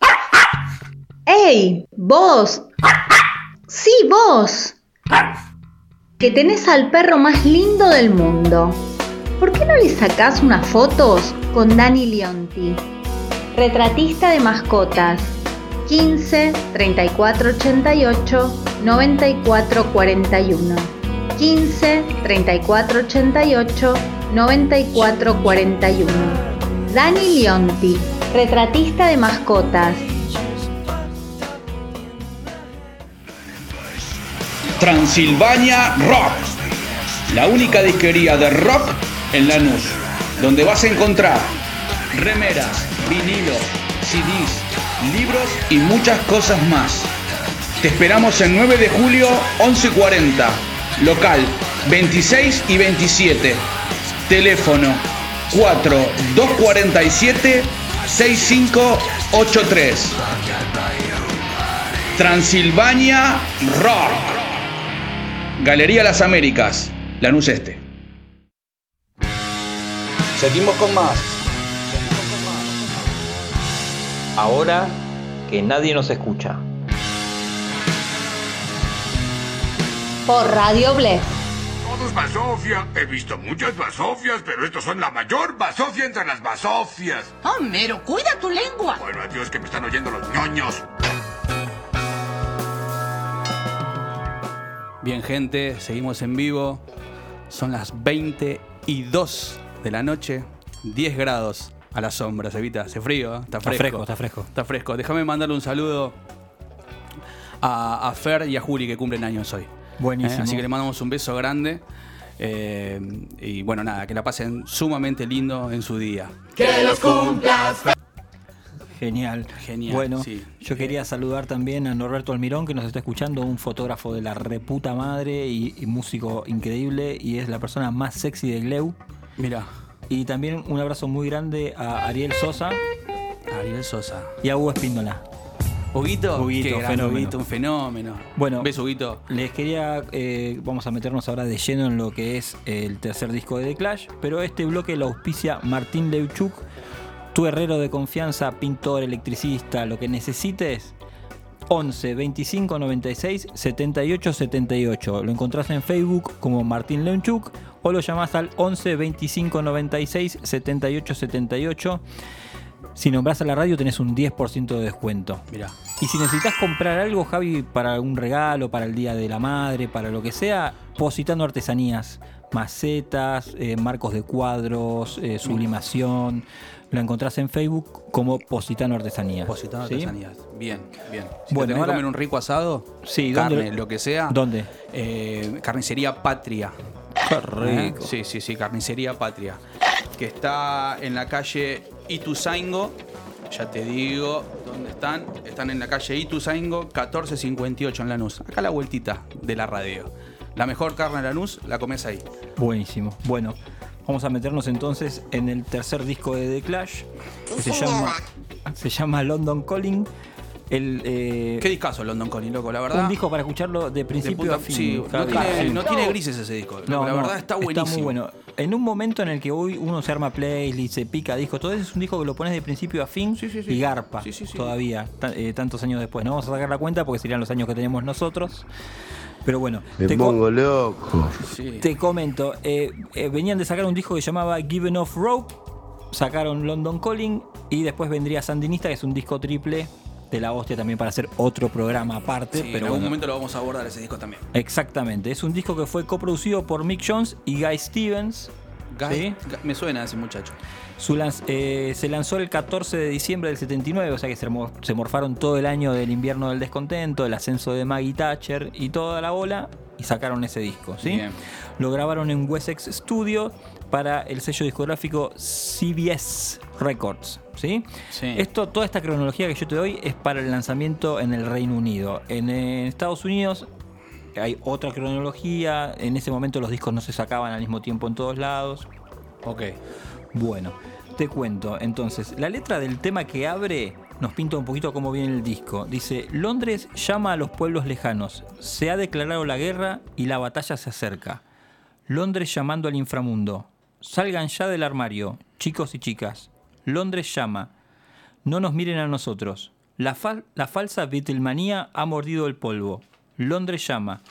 ¡Ey! ¡Vos! ¡Sí, vos! que tenés al perro más lindo del mundo. ¿Por qué no le sacás unas fotos con Dani Leonti? Retratista de mascotas. 15 34 88 94 41. 15 34 88 94 41. Dani Leonti, retratista de mascotas. Transilvania Rock, la única disquería de rock en Lanús, donde vas a encontrar remeras, vinilos, CDs, libros y muchas cosas más. Te esperamos el 9 de julio, 11:40, local 26 y 27, teléfono 4247-6583. Transilvania Rock. Galería Las Américas, Lanús Este. Seguimos con más. Ahora que nadie nos escucha. Por Radio Blef. Todo es basofia. He visto muchas basofias, pero estos son la mayor basofia entre las basofias. Homero, cuida tu lengua. Bueno, adiós, que me están oyendo los ñoños. Bien, gente, seguimos en vivo. Son las 22 de la noche, 10 grados a la sombra, Evita. Hace frío, ¿eh? Está fresco. Está fresco. Déjame mandarle un saludo a Fer y a Juli, que cumplen años hoy. Buenísimo. Así que le mandamos un beso grande. Y bueno, nada, que la pasen sumamente lindo en su día. Que los cumplas. Genial. Bueno, sí. Yo quería saludar también a Norberto Almirón, que nos está escuchando, un fotógrafo de la reputa madre y músico increíble, y es la persona más sexy de Gleu. Mira. Y también un abrazo muy grande a Ariel Sosa. Y a Hugo Espíndola. Huguito, fenómeno. Un fenómeno. Bueno, ¿ves, Huguito? Les quería, vamos a meternos ahora de lleno en lo que es el tercer disco de The Clash, pero este bloque lo auspicia Martín Leuchuk, tu herrero de confianza, pintor, electricista, lo que necesites. 11 25 96 78 78. Lo encontrás en Facebook como Martín Leuchuk o lo llamás al 11 25 96 78 78. Si nombrás a la radio tenés un 10% de descuento. Mirá. Y si necesitas comprar algo, Javi, para un regalo, para el Día de la Madre, para lo que sea, Positano Artesanías, macetas, marcos de cuadros, sublimación. Lo encontrás en Facebook como Positano Artesanías. Positano Artesanías. Bien. Si bueno, tenés que comer un rico asado, sí, carne, lo que sea. ¿Dónde? Carnicería Patria. Qué rico. Sí, Carnicería Patria. Que está en la calle Ituzaingo. Ya te digo dónde están. Están en la calle Ituzaingo, 1458 en Lanús. Acá a la vueltita de la radio. La mejor carne de Lanús la comes ahí. Buenísimo. Bueno, vamos a meternos entonces en el tercer disco de The Clash, que se llama London Calling. ¿Qué discazo London Calling, loco? La verdad. Un disco para escucharlo de principio a fin. Sí, no tiene grises ese disco. No, la verdad está buenísimo. Está muy bueno. En un momento en el que hoy uno se arma playlist, se pica discos, todo eso es un disco que lo pones de principio a fin y garpa todavía, tantos años después. No vamos a sacar la cuenta porque serían los años que tenemos nosotros. Pero bueno, me pongo loco. Te comento, venían de sacar un disco que se llamaba Given Off Rope, sacaron London Calling y después vendría Sandinista, que es un disco triple de la hostia también para hacer otro programa aparte. Sí, pero en algún momento lo vamos a abordar ese disco también. Exactamente, es un disco que fue coproducido por Mick Jones y Guy Stevens. ¿Sí? Me suena ese muchacho. Se lanzó el 14 de diciembre del 79, o sea que se morfaron todo el año del invierno del descontento, el ascenso de Maggie Thatcher y toda la bola, y sacaron ese disco, ¿sí? Bien. Lo grabaron en Wessex Studio para el sello discográfico CBS Records, ¿sí? Sí. Toda esta cronología que yo te doy es para el lanzamiento en el Reino Unido. En Estados Unidos hay otra cronología. En ese momento los discos no se sacaban al mismo tiempo en todos lados. Ok. Bueno, te cuento. Entonces, la letra del tema que abre nos pinta un poquito cómo viene el disco. Dice: Londres llama a los pueblos lejanos. Se ha declarado la guerra y la batalla se acerca. Londres llamando al inframundo. Salgan ya del armario, chicos y chicas. Londres llama. No nos miren a nosotros. La falsa Beatlemanía ha mordido el polvo. Londres llama.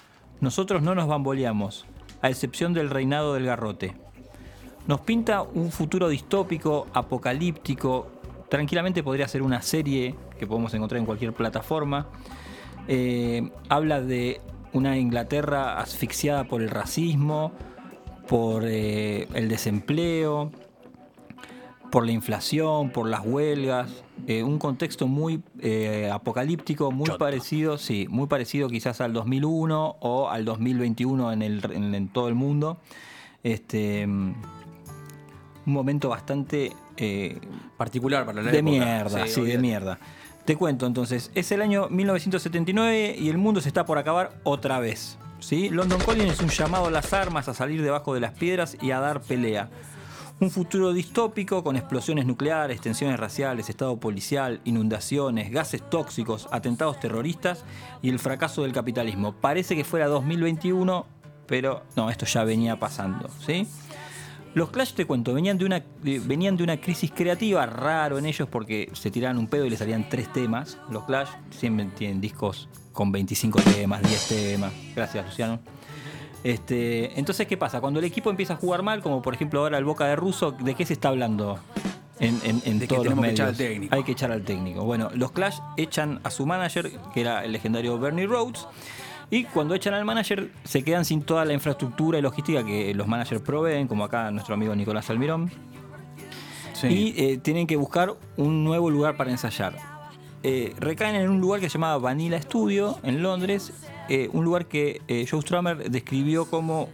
nosotros no nos bamboleamos, a excepción del reinado del garrote. Nos pinta un futuro distópico, apocalíptico. Tranquilamente podría ser una serie que podemos encontrar en cualquier plataforma. Habla de una Inglaterra asfixiada por el racismo, por el desempleo, por la inflación, por las huelgas. Un contexto muy apocalíptico, muy parecido, sí, muy parecido quizás al 2001 o al 2021 en todo el mundo. Un momento bastante particular para la de época. mierda, sí, de mierda. Te cuento entonces, es el año 1979 y el mundo se está por acabar otra vez, ¿sí? London Calling es un llamado a las armas, a salir debajo de las piedras y a dar pelea. Un futuro distópico con explosiones nucleares, tensiones raciales, estado policial, inundaciones, gases tóxicos, atentados terroristas y el fracaso del capitalismo. Parece que fuera 2021, pero no, esto ya venía pasando, ¿sí? Los Clash, te cuento, venían de una crisis creativa, raro en ellos porque se tiraban un pedo y les salían 3 temas. Los Clash siempre tienen discos con 25 temas, 10 temas. Gracias, Luciano. Entonces, ¿qué pasa? Cuando el equipo empieza a jugar mal, como por ejemplo ahora el Boca de Russo, ¿de qué se está hablando en de todos que los medios? Que echar al técnico. Hay que echar al técnico. Bueno, los Clash echan a su manager, que era el legendario Bernie Rhodes. Y cuando echan al manager, se quedan sin toda la infraestructura y logística que los managers proveen, como acá nuestro amigo Nicolás Almirón. Sí. Y tienen que buscar un nuevo lugar para ensayar. Recaen en un lugar que se llamaba Vanilla Studio, en Londres. Un lugar que Joe Strummer describió como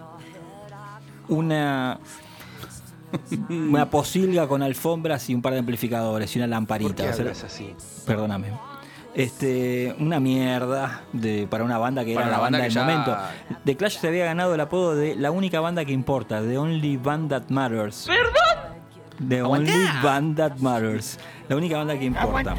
una posilga con alfombras y un par de amplificadores y una lamparita. ¿Por qué hablas así? Perdóname. Una mierda para una banda que era la banda del momento. The Clash se había ganado el apodo de la única banda que importa, The Only Band That Matters. ¿Perdón? The Only Band That Matters. La única banda que importa.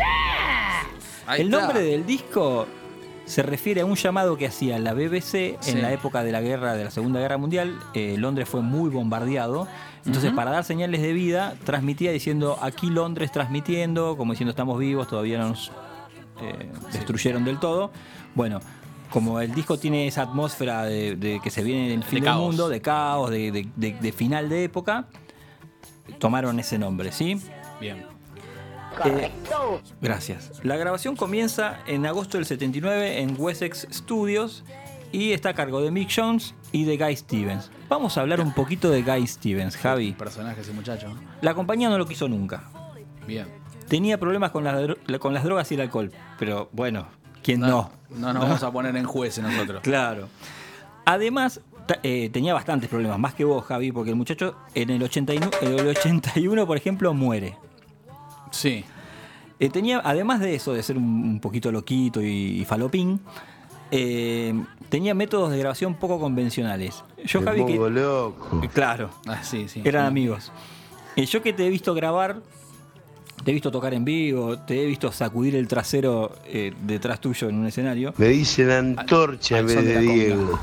El nombre del disco se refiere a un llamado que hacía la BBC en la época de la Segunda Guerra Mundial. Londres fue muy bombardeado. Entonces, para dar señales de vida, transmitía diciendo: aquí Londres transmitiendo, como diciendo estamos vivos, todavía no nos destruyeron del todo. Bueno, como el disco tiene esa atmósfera de que se viene el fin del mundo, de caos, de final de época, tomaron ese nombre, ¿sí? Bien. Gracias. La grabación comienza en agosto del 79 en Wessex Studios y está a cargo de Mick Jones y de Guy Stevens. Vamos a hablar un poquito de Guy Stevens, Javi. Personaje ese muchacho. La compañía no lo quiso nunca. Bien. Tenía problemas con las drogas y el alcohol, pero bueno, ¿quién no? No nos vamos a poner en jueces nosotros. Claro. Además, tenía bastantes problemas, más que vos, Javi, porque el muchacho en el 81, por ejemplo, muere. Sí. Tenía, además de eso, de ser un poquito loquito y falopín, tenía métodos de grabación poco convencionales. Yo, Javi, que loco. Claro. Sí. Eran amigos. Yo que te he visto grabar, te he visto tocar en vivo, te he visto sacudir el trasero detrás tuyo en un escenario. Me dicen Antorcha en vez de Diego.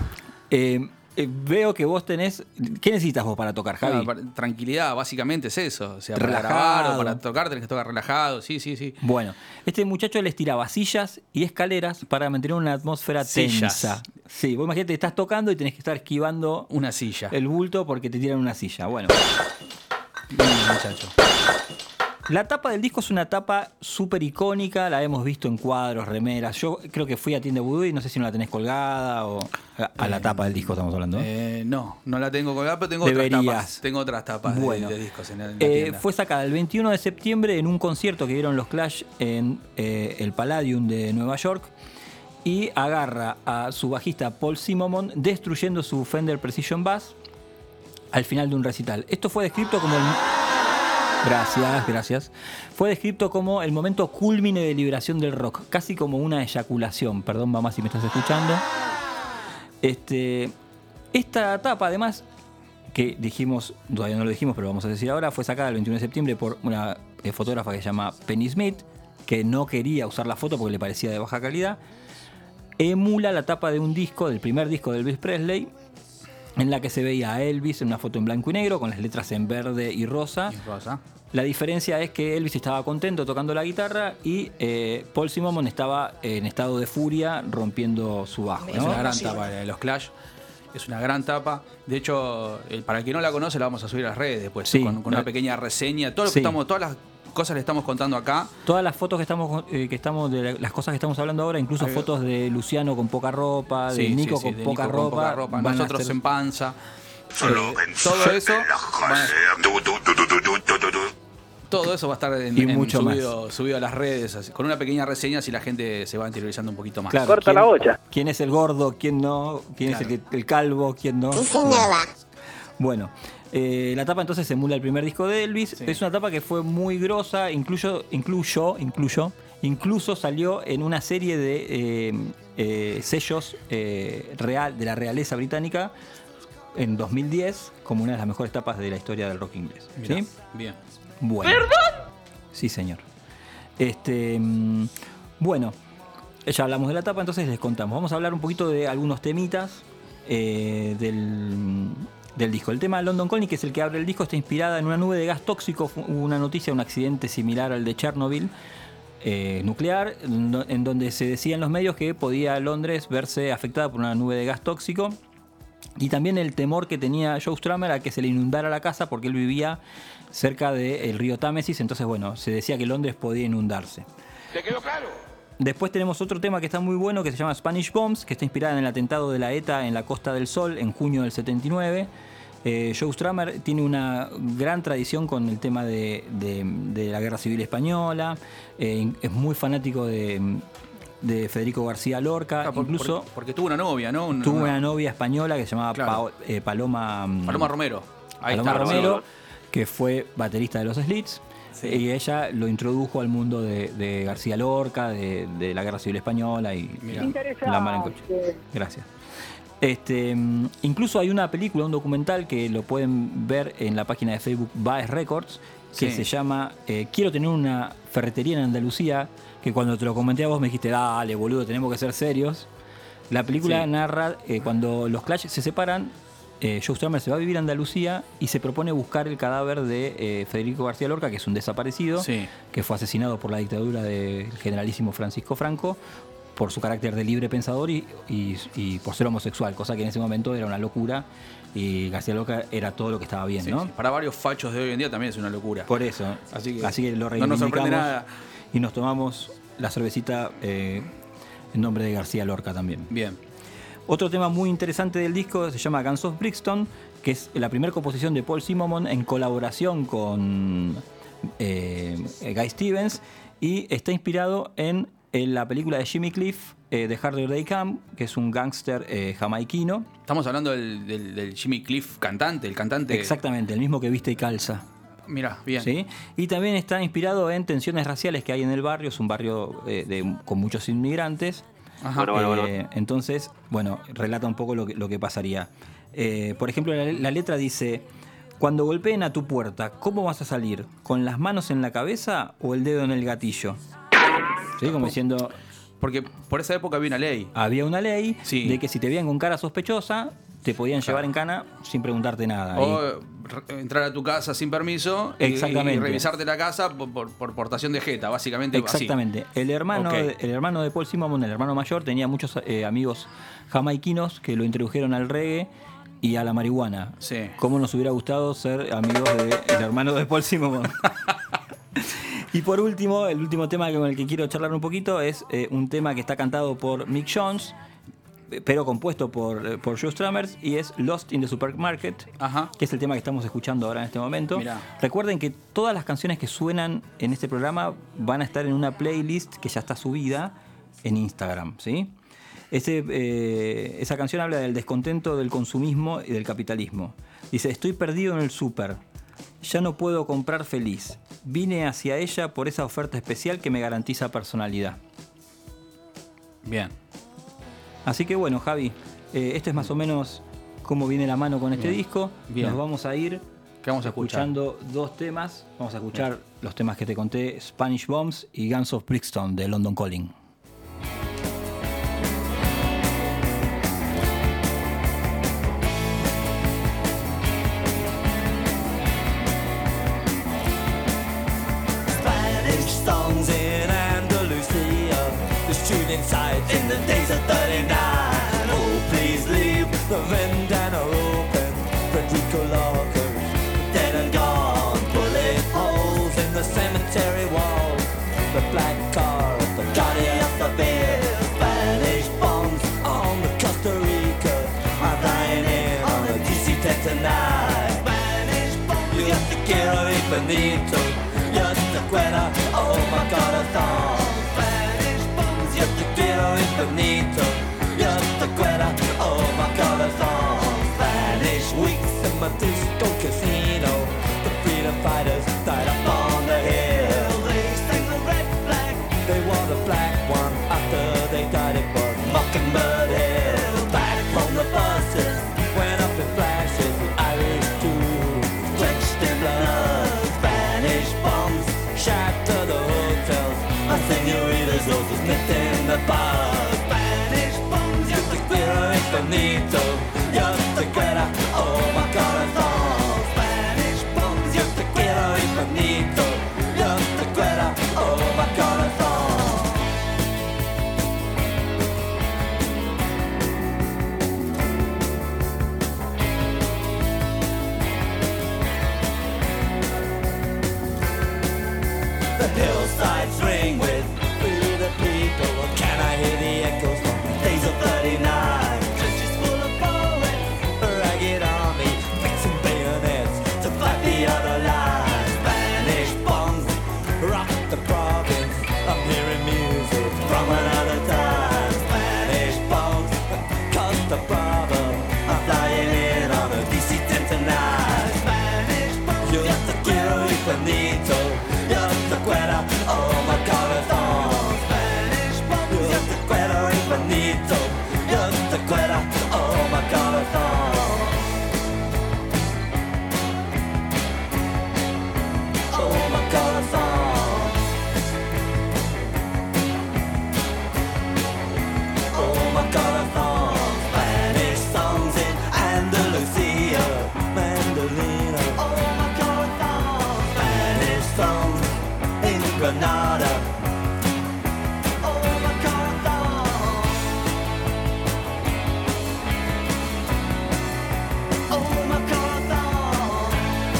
Veo que vos tenés... ¿Qué necesitas vos para tocar, Javi? Tranquilidad, básicamente es eso. O sea, relajado. Para grabar o para tocar tenés que tocar relajado. Sí. Bueno, este muchacho les tiraba sillas y escaleras para mantener una atmósfera tensa. Sí, vos imagínate, estás tocando y tenés que estar esquivando una silla. El bulto porque te tiran una silla. Bueno. Bien, muchacho. La tapa del disco es una tapa súper icónica, la hemos visto en cuadros, remeras. Yo creo que fui a Tienda Vudú y no sé si no la tenés colgada o a la tapa del disco estamos hablando. No la tengo colgada, pero tengo Deberías. otras tapas. Tengo otras tapas de discos en la tienda. Fue sacada el 21 de septiembre en un concierto que dieron los Clash en el Palladium de Nueva York y agarra a su bajista Paul Simonon destruyendo su Fender Precision Bass al final de un recital. Esto fue descrito como Gracias. Fue descrito como el momento culmine de liberación del rock, casi como una eyaculación. Perdón, mamá, si me estás escuchando. Esta etapa, además, que dijimos, todavía no lo dijimos, pero vamos a decir ahora, fue sacada el 21 de septiembre por una fotógrafa que se llama Penny Smith, que no quería usar la foto porque le parecía de baja calidad. Emula la tapa de un disco, del primer disco de Elvis Presley, en la que se veía a Elvis en una foto en blanco y negro, con las letras en verde y rosa. La diferencia es que Elvis estaba contento tocando la guitarra y Paul Simonon estaba en estado de furia rompiendo su bajo, ¿no? Es una gran tapa de los Clash. Es una gran tapa. De hecho, para el que no la conoce, la vamos a subir a las redes después, Sí. con una pequeña reseña. Todo lo que Sí. todas las cosas le estamos contando acá. Todas las fotos que estamos de las cosas que estamos hablando ahora, incluso fotos de Luciano con poca ropa, de Sí, Nico sí, sí, con de poca Nico con ropa, poca ropa, van a nosotros ser- en panza. Todo eso. Todo eso va a estar Y mucho más. subido a las redes, así, con una pequeña reseña, si la gente se va interiorizando un poquito más. Claro, ¿quién es el gordo? ¿Quién no? ¿Quién es el calvo? ¿Quién no? Bueno, la tapa entonces emula el primer disco de Elvis. Es una tapa que fue muy grosa, incluso salió en una serie de sellos de la realeza británica en 2010 como una de las mejores tapas de la historia del rock inglés. Mirá, ¿Sí? bien. Bueno. Sí, señor. Bueno, ya hablamos de la tapa, entonces les contamos. Vamos a hablar un poquito de algunos temitas del disco. El tema London Calling, que es el que abre el disco, está inspirada en una nube de gas tóxico. Hubo una noticia, un accidente similar al de Chernobyl nuclear, en donde se decía en los medios que podía Londres verse afectada por una nube de gas tóxico. Y también el temor que tenía Joe Strummer a que se le inundara la casa porque él vivía cerca del río Támesis. Entonces, bueno, se decía que Londres podía inundarse. ¿Te quedó claro? Después tenemos otro tema que está muy bueno, que se llama Spanish Bombs, que está inspirada en el atentado de la ETA en la Costa del Sol en junio del 79. Joe Strummer tiene una gran tradición con el tema de la Guerra Civil Española. Es muy fanático de Federico García Lorca. Incluso porque tuvo una novia, ¿no? tuvo una novia española que se llamaba Claro. Paloma Romero. Ahí Paloma está, Romero, sí. que fue baterista de los Slits. Y ella lo introdujo al mundo de García Lorca, de la Guerra Civil Española y La Mar en Coche. Gracias. Incluso hay una película, un documental que lo pueden ver en la página de Facebook Baez Records, que se llama Quiero tener una ferretería en Andalucía, que cuando te lo comenté a vos me dijiste, dale boludo, tenemos que ser serios. La película narra cuando los Clash se separan, Joe Strummer se va a vivir a Andalucía y se propone buscar el cadáver de Federico García Lorca, que es un desaparecido, que fue asesinado por la dictadura del generalísimo Francisco Franco por su carácter de libre pensador y por ser homosexual, cosa que en ese momento era una locura, y García Lorca era todo lo que estaba bien, ¿no? Sí. Para varios fachos de hoy en día también es una locura. Por eso. Así que lo no nos sorprende reivindicamos nada. y nos tomamos la cervecita en nombre de García Lorca también. Bien. Otro tema muy interesante del disco se llama Guns of Brixton, que es la primera composición de Paul Simonon en colaboración con Guy Stevens, y está inspirado en la película de Jimmy Cliff, The Harder They Come, que es un gángster jamaiquino. Estamos hablando del Jimmy Cliff cantante, el cantante. Exactamente, el mismo que viste y calza. Mira, bien. ¿Sí? Y también está inspirado en tensiones raciales que hay en el barrio. Es un barrio con muchos inmigrantes. Ajá. Entonces, bueno, relata un poco lo que pasaría. Por ejemplo, la letra dice: cuando golpeen a tu puerta, ¿cómo vas a salir? ¿Con las manos en la cabeza o el dedo en el gatillo? ¿Sí? Como diciendo... Porque por esa época había una ley. Había una ley de que si te veían con cara sospechosa, te podían llevar en cana sin preguntarte nada. O entrar a tu casa sin permiso y revisarte la casa por portación de jeta, básicamente. Exactamente. Así. El hermano de Paul Simonon, el hermano mayor, tenía muchos amigos jamaiquinos que lo introdujeron al reggae y a la marihuana. Sí. ¿Cómo nos hubiera gustado ser amigos del hermano de Paul Simonon? Y por último, el último tema con el que quiero charlar un poquito es un tema que está cantado por Mick Jones, pero compuesto por Joe Strummer, y es Lost in the Supermarket, que es el tema que estamos escuchando ahora en este momento. Mirá. Recuerden que todas las canciones que suenan en este programa van a estar en una playlist que ya está subida en Instagram, ¿sí? Esa canción habla del descontento del consumismo y del capitalismo. Dice: estoy perdido en el súper, ya no puedo comprar feliz, vine hacia ella por esa oferta especial que me garantiza personalidad. Bien. Así que bueno, Javi, esto es más o menos cómo viene la mano con este disco. Bien. Nos vamos a ir ¿Qué vamos a escuchar? escuchando dos temas. Vamos a escuchar los temas que te conté: Spanish Bombs y Guns of Brixton de London Calling. inside in the days of 39. Oh, please leave the Vendana open. Federico Locker, dead and gone. Bullet holes in the cemetery wall. The black car of the Guardia Civil. Spanish bombs on the Costa Rica. I'm flying in on the DC-10 tonight. Spanish bombs, yo te quiero infinito. Yo te quiero, oh my corazón. Spanish bombs, yo te quiero infinito. Yo te quiero, oh my corazón. Spanish weeks in my disco casino. The freedom fighters died up on the hill. They sang the red flag, they wore the black one. After they died it was Mockingbird Hill. Back on the buses, went up in flashes. The Irish too, drenched in blood. Spanish bombs shattered the hotels. My senoritas, those who sniffed in the bars. Spanish bombs, yo te quiero infinito. Yo te quiero, oh my corazón. Spanish bombs, yo te quiero infinito. Yo te quiero, oh my corazón. The hillsides ring with "Free the people." Or can I hear the echoes from the days of 39? Churches full of poets, a ragged army, fixing bayonets to fight the other line. Spanish bombs rock the province. I'm hearing music from another time. Spanish bombs Costa Brava. I'm flying in on a DC-10 tonight. Spanish bombs, yo te quiero infinito. Yo te quiero, oh my corazón. Spanish bombs, yo te quiero infinito. Yo te quiero, oh my corazón. Oh my corazón. Oh my corazón. Spanish songs in Andalusia, Mandolina. Oh my corazón. Spanish songs in Granada. Oh my corazón. Oh my corazón.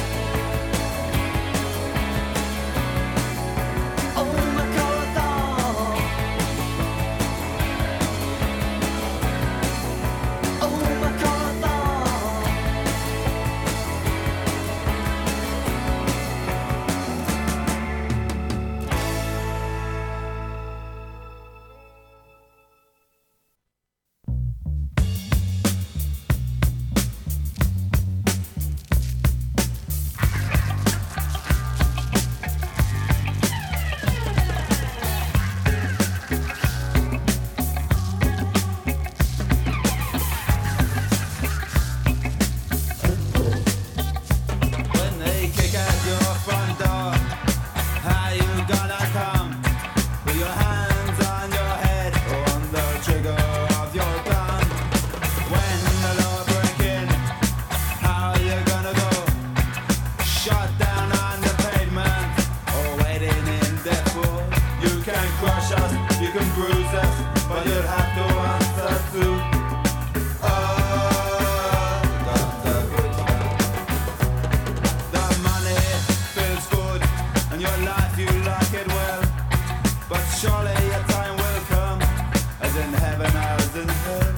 Oh my corazón. Oh my corazón. When they kick at your front door, how you gonna come? With your hands on your head or on the trigger of your gun? When the law break in, how you gonna go? Shot down on the pavement or waiting in death row? You can crush us, you can bruise us, but you'll have to answer to the money feels good, and your life you like it well. But surely your time will come, as in heaven as in hell.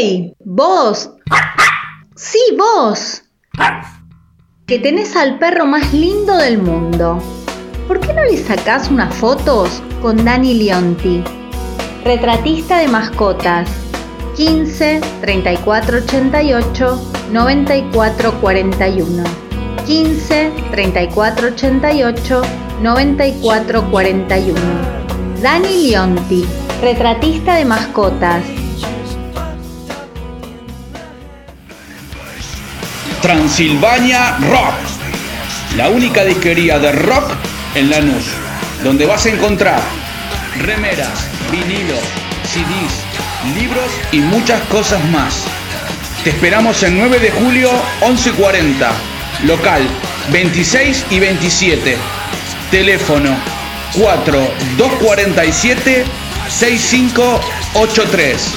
¡Ey! ¡Vos! ¡Sí, vos! Que tenés al perro más lindo del mundo. ¿Por qué no le sacás unas fotos con Dani Leonti? Retratista de mascotas. 15 34 88 94 41. 15 34 88 94 41. Dani Leonti, retratista de mascotas. Transilvania Rock, la única disquería de rock en Lanús, donde vas a encontrar remeras, vinilos, CDs, libros y muchas cosas más. Te esperamos el 9 de julio, 11:40, local 26 y 27, teléfono 4247-6583.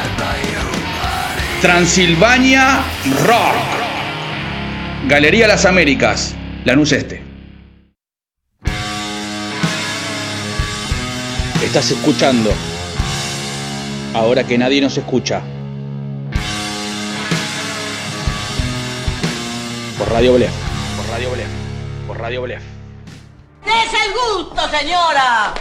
Transilvania Rock. Galería Las Américas, Lanús Este. Estás escuchando Ahora que nadie nos escucha. Por Radio Blef. Por Radio Blef. Por Radio Blef. ¡Des el gusto, señora!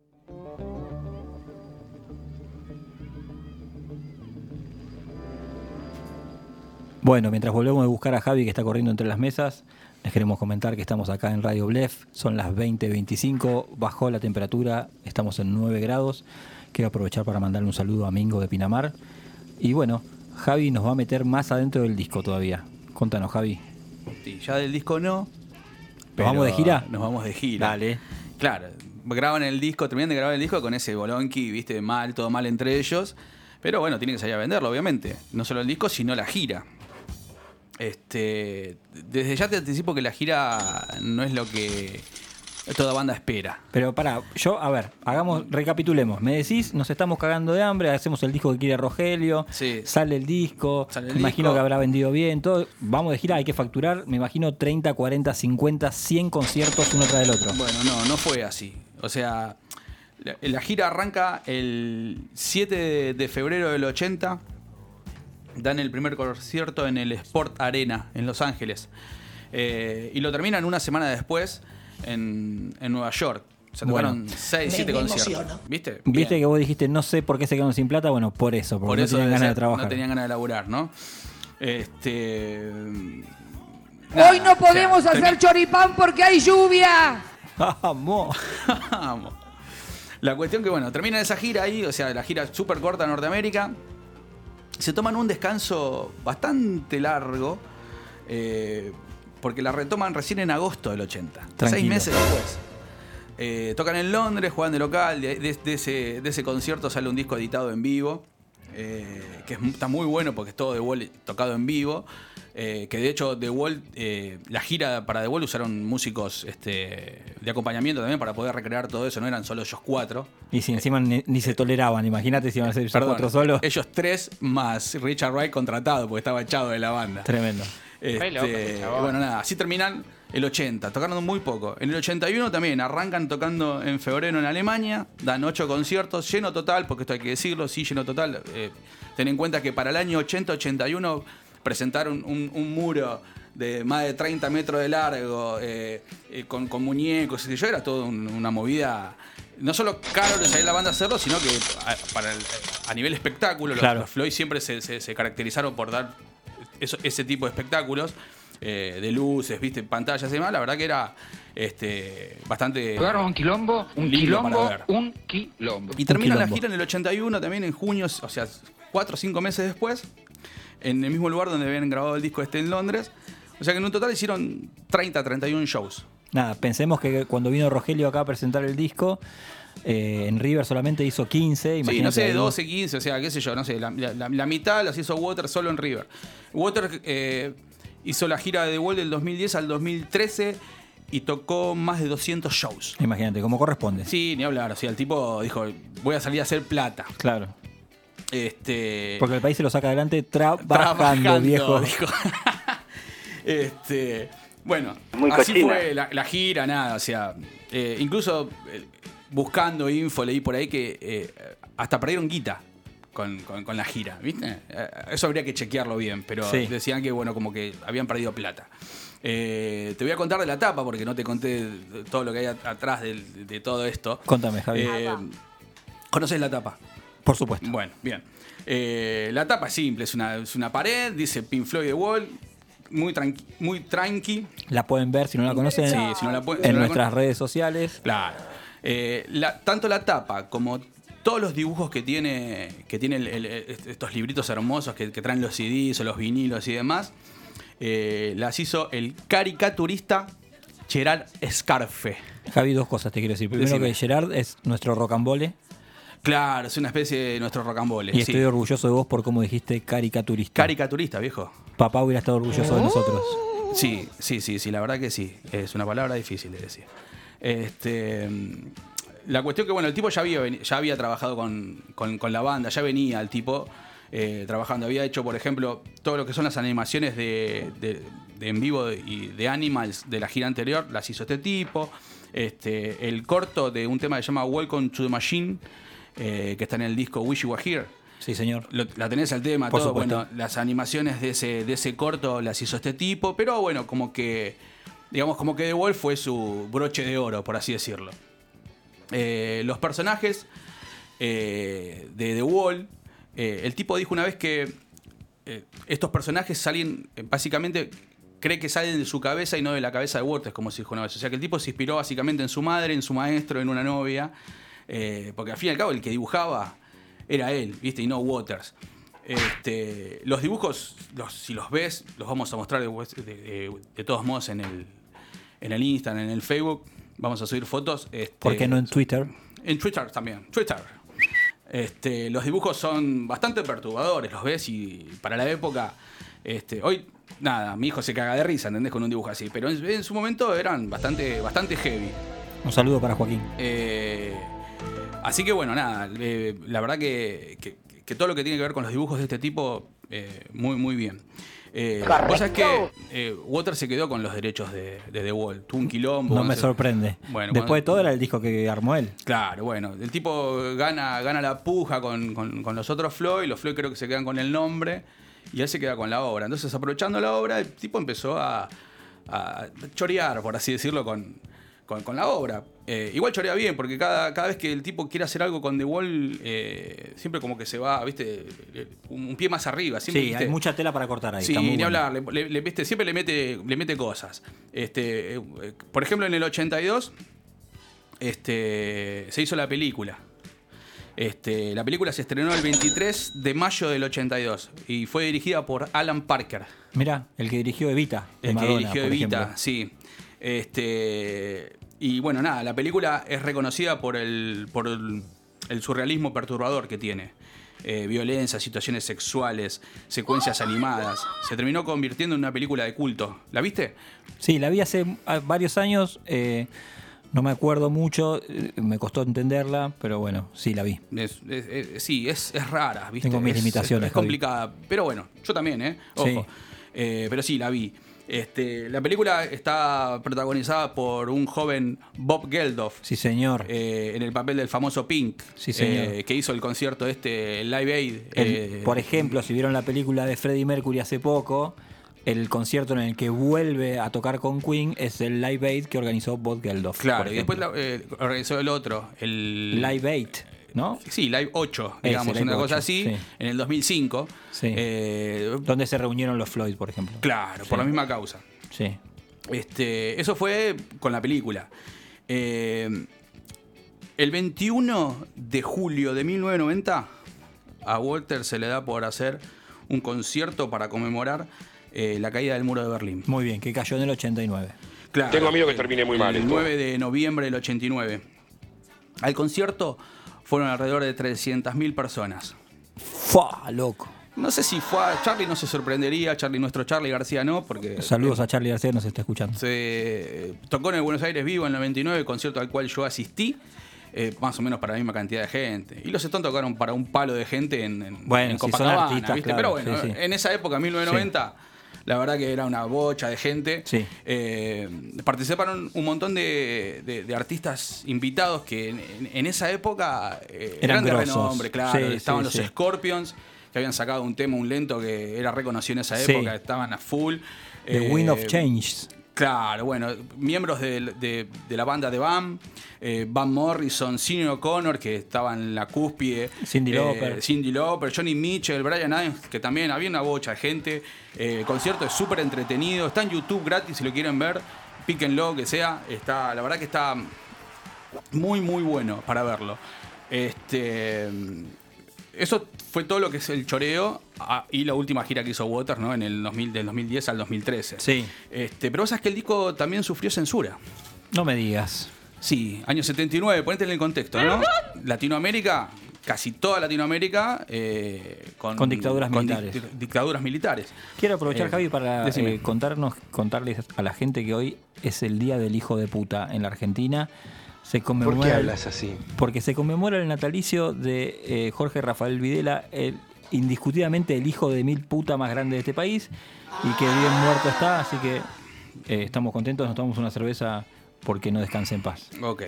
Bueno, mientras volvemos a buscar a Javi que está corriendo entre las mesas, les queremos comentar que estamos acá en Radio Blef, son las 20:25, bajó la temperatura, estamos en 9 grados. Quiero aprovechar para mandarle un saludo a Mingo de Pinamar. Y bueno, Javi nos va a meter más adentro del disco todavía. Contanos, Javi. Sí, ya del disco no. ¿Nos vamos de gira? Nos vamos de gira. Dale. Claro, graban el disco, terminan de grabar el disco con ese bolonqui, viste, mal, todo mal entre ellos. Pero bueno, tienen que salir a venderlo, obviamente. No solo el disco, sino la gira. Desde ya te anticipo que la gira no es lo que toda banda espera. Pero pará, recapitulemos. Me decís, nos estamos cagando de hambre, hacemos el disco que quiere Rogelio, sí. Sale el disco, me imagino que habrá vendido bien, todo. Vamos de gira, hay que facturar, me imagino 30, 40, 50, 100 conciertos uno tras del otro. Bueno, no fue así. O sea, la gira arranca el 7 de febrero del 80. Dan el primer concierto en el Sport Arena, en Los Ángeles. Y lo terminan una semana después en Nueva York. Se tocaron 6, 7 conciertos. ¿Viste? Viste que vos dijiste, no sé por qué se quedaron sin plata. Bueno, por eso, porque no tenían ganas de trabajar. No tenían ganas de laburar, ¿no? Hoy no podemos hacer choripán porque hay lluvia. ¡Vamos! La cuestión que, bueno, terminan esa gira ahí, o sea, la gira súper corta en Norteamérica. Se toman un descanso bastante largo, porque la retoman recién en agosto del 80. Tranquilo. 6 meses después. Tocan en Londres, juegan de local. De ese concierto sale un disco editado en vivo, que está muy bueno porque es todo The Wall tocado en vivo. Que de hecho The Wall, la gira para The Wall usaron músicos de acompañamiento también para poder recrear todo eso, no eran solo ellos 4. Y si encima ni se toleraban, imagínate si iban a ser ellos 4 solos. Ellos 3 más Richard Wright contratado porque estaba echado de la banda. Tremendo. Bueno, nada, así terminan el 80, tocaron muy poco. En el 81 también arrancan tocando en febrero en Alemania, dan 8 conciertos, lleno total, porque esto hay que decirlo, sí, lleno total. Ten en cuenta que para el año 80-81 presentaron un muro de más de 30 metros de largo, con muñecos, y yo, era todo una movida. No solo caro de salir la banda a hacerlo, sino que a nivel espectáculo, claro. Los Floyd siempre se caracterizaron por dar ese tipo de espectáculos, de luces, viste, pantallas y demás. La verdad que era bastante... Jugaron un quilombo. Y termina la gira en el 81, también en junio, o sea, 4 o 5 meses después, en el mismo lugar donde habían grabado el disco en Londres. O sea que en un total hicieron 30, 31 shows. Nada, pensemos que cuando vino Rogelio acá a presentar el disco, en River solamente hizo 15. Sí, no sé, 12, 15, o sea, qué sé yo, no sé, la mitad las hizo Water solo en River. Water hizo la gira de The Wall del 2010 al 2013 y tocó más de 200 shows. Imagínate, como corresponde. Sí, ni hablar, o sea, el tipo dijo, voy a salir a hacer plata. Claro. Porque el país se lo saca adelante trabajando, viejo. Dijo. Bueno, muy así cochina. fue la gira, nada, o sea, incluso buscando info leí por ahí que hasta perdieron guita con la gira, ¿viste? Eso habría que chequearlo bien, pero Sí. decían que, bueno, como que habían perdido plata. Te voy a contar de la tapa, porque no te conté todo lo que hay atrás de todo esto. Contame, Javi. ¿Conoces la tapa? Por supuesto. Bueno, bien. La tapa es simple, es una pared, dice Pink Floyd The Wall, muy tranqui. La pueden ver si no la conocen Sí, si no la pueden- en si no la nuestras redes sociales. Claro. Tanto la tapa como todos los dibujos que tiene estos libritos hermosos que traen los CDs o los vinilos y demás, las hizo el caricaturista Gerard Scarfe. Javi, dos cosas te quiero decir. Primero, Decime. que Gerard es nuestro rocambole. Claro, es una especie de nuestro rocambole. Y estoy orgulloso de vos por cómo dijiste caricaturista. Caricaturista, viejo. Papá hubiera estado orgulloso de nosotros. Sí, la verdad que sí. Es una palabra difícil de decir. La cuestión que, bueno, el tipo ya había trabajado con la banda, ya venía el tipo trabajando. Había hecho, por ejemplo, todo lo que son las animaciones de en vivo y de Animals de la gira anterior, las hizo este tipo. El corto de un tema que se llama Welcome to the Machine, que está en el disco Wish You Were Here. Sí, señor. La tenés al tema, Por todo. supuesto. Bueno, las animaciones de ese corto las hizo este tipo, pero bueno, como que The Wall fue su broche de oro, por así decirlo. Los personajes de The Wall, el tipo dijo una vez que estos personajes salen, básicamente, cree que salen de su cabeza y no de la cabeza de Waters, como se dijo una vez. O sea que el tipo se inspiró básicamente en su madre, en su maestro, en una novia, porque al fin y al cabo el que dibujaba era él, ¿viste? Y no Waters. Los dibujos, si los ves, los vamos a mostrar de todos modos en el Instagram, en el Facebook. Vamos a subir fotos. ¿Por qué no en Twitter? En Twitter también. Twitter. Los dibujos son bastante perturbadores, los ves y para la época, hoy, nada, mi hijo se caga de risa, ¿entendés? Con un dibujo así, pero en su momento eran bastante heavy. Un saludo para Joaquín. Así que bueno, nada, la verdad que todo lo que tiene que ver con los dibujos de este tipo, muy, muy bien. Vos sabés que Waters se quedó con los derechos de The Wall. Tuvo un quilombo. No me sorprende. Bueno, Después de todo era el disco que armó él. Claro, bueno. El tipo gana la puja con los otros Floyd. Los Floyd creo que se quedan con el nombre. Y él se queda con la obra. Entonces, aprovechando la obra, el tipo empezó a chorear, por así decirlo, con la obra. Igual chorea bien, porque cada vez que el tipo quiere hacer algo con The Wall, siempre como que se va, ¿viste? Un pie más arriba. Siempre, Sí, ¿viste? hay mucha tela para cortar ahí. Sí, está muy ni bueno. hablar. ¿Viste? Siempre le mete cosas. Por ejemplo, en el 82 se hizo la película. La película se estrenó el 23 de mayo del 82 y fue dirigida por Alan Parker. Mirá, el que dirigió Evita. De El Madonna, que dirigió por Evita, ejemplo. sí. Y bueno, nada, la película es reconocida por el surrealismo perturbador que tiene. Violencia, situaciones sexuales, secuencias animadas. Se terminó convirtiendo en una película de culto. ¿La viste? Sí, la vi hace varios años. No me acuerdo mucho. Me costó entenderla, pero bueno, sí, la vi. Sí, es rara, ¿viste? Tengo mis limitaciones, Es complicada. Pero bueno, yo también, Ojo. Sí. Pero sí, la vi. La película está protagonizada por un joven Bob Geldof. Sí, señor. En el papel del famoso Pink. Sí, señor. Que hizo el concierto el Live Aid. Por ejemplo, si vieron la película de Freddie Mercury hace poco, el concierto en el que vuelve a tocar con Queen es el Live Aid que organizó Bob Geldof. Claro, y después organizó el otro. El Live Aid, ¿no? Sí, Live 8, digamos, Live una 8, cosa así, sí. en el 2005. Sí. Donde se reunieron los Floyd, por ejemplo. Claro, por Sí. la misma causa. Sí. Eso fue con la película. El 21 de julio de 1990 a Walter se le da por hacer un concierto para conmemorar la caída del muro de Berlín. Muy bien, que cayó en el 89. Claro, Tengo miedo que termine muy mal El esto. 9 de noviembre del 89. Al concierto fueron alrededor de 300.000 personas. ¡Fua, loco! No sé si fue a Charlie, no se sorprendería. nuestro Charlie García no, porque... Saludos a Charlie García, nos está escuchando. Se tocó en el Buenos Aires Vivo en el 99, concierto al cual yo asistí, más o menos para la misma cantidad de gente. Y los Stones tocaron para un palo de gente en Bueno, si son Copacabana, artistas, ¿viste? claro, Pero bueno, sí, sí. en esa época, 1990, La verdad que era una bocha de gente. Sí. Participaron un montón de artistas invitados que en esa época eran de grosos. renombre, claro. Sí, Estaban sí, los Scorpions, que habían sacado un tema, un lento que era reconocido en esa época, estaban a full. The Wind of Change. Claro, bueno, miembros de la banda de Bam, Van Morrison, Sinéad O'Connor, que estaba en la cúspide, Cyndi Lauper, Johnny Mitchell, Bryan Adams, que también había una bocha de gente. El concierto es súper entretenido, está en YouTube gratis si lo quieren ver, píquenlo, que sea, está, la verdad que está muy, muy bueno para verlo. Eso fue todo lo que es el choreo y la última gira que hizo Waters, ¿no? Del 2010 al 2013. Sí. Pero vos sabés que el disco también sufrió censura. No me digas. Sí, año 79, ponete en el contexto, ¿no? Latinoamérica, casi toda Latinoamérica, con dictaduras militares. Dictaduras militares. Quiero aprovechar, Javi, para contarles a la gente que hoy es el Día del Hijo de Puta en la Argentina. Se conmemora, ¿por qué hablas así? Porque se conmemora el natalicio de Jorge Rafael Videla, indiscutidamente el hijo de mil puta más grande de este país, y que bien muerto está, así que estamos contentos, nos tomamos una cerveza porque no descanse en paz. Ok.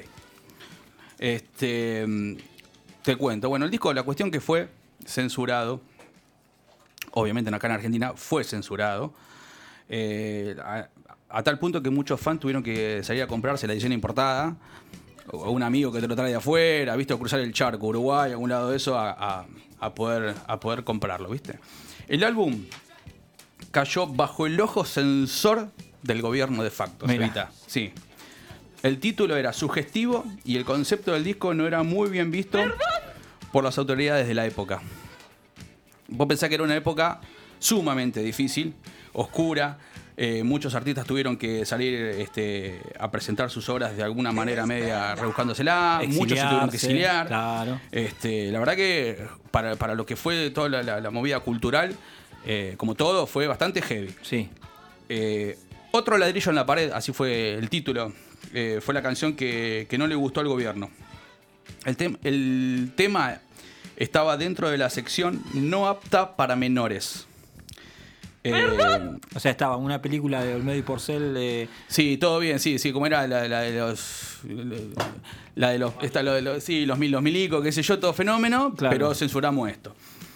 Te cuento. Bueno, el disco, la cuestión que fue censurado, obviamente acá en Argentina fue censurado, a tal punto que muchos fans tuvieron que salir a comprarse la edición importada, o un amigo que te lo trae de afuera, ¿viste? O cruzar el charco, Uruguay, algún lado de eso, a poder comprarlo, ¿viste? El álbum cayó bajo el ojo censor del gobierno de facto. Sí. El título era sugestivo y el concepto del disco no era muy bien visto por las autoridades de la época. Vos pensás que era una época sumamente difícil, oscura. Muchos artistas tuvieron que salir a presentar sus obras de alguna manera media rebuscándosela. Muchos se tuvieron que exiliar. Claro. La verdad que para lo que fue toda la movida cultural, como todo, fue bastante heavy. Sí. Otro ladrillo en la pared, así fue el título. Fue la canción que no le gustó al gobierno. El tema estaba dentro de la sección no apta para menores. O sea, estaba una película de Olmedo y Porcel. Sí, todo bien, sí, como era la de los. Los milicos, qué sé yo, todo fenómeno, claro. Pero censuramos esto.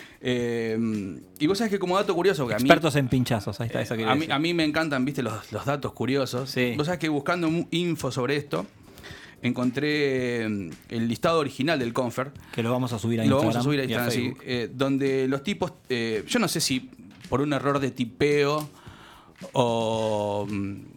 Y vos sabés que como dato curioso, que expertos en pinchazos, ahí está esa que a mí me encantan, viste, los datos curiosos. Sí. Vos sabés que buscando info sobre esto, encontré el listado original del Confer. Que lo vamos a subir a Instagram. Lo vamos a subir a Instagram, sí. Donde los tipos, yo no sé si por un error de tipeo o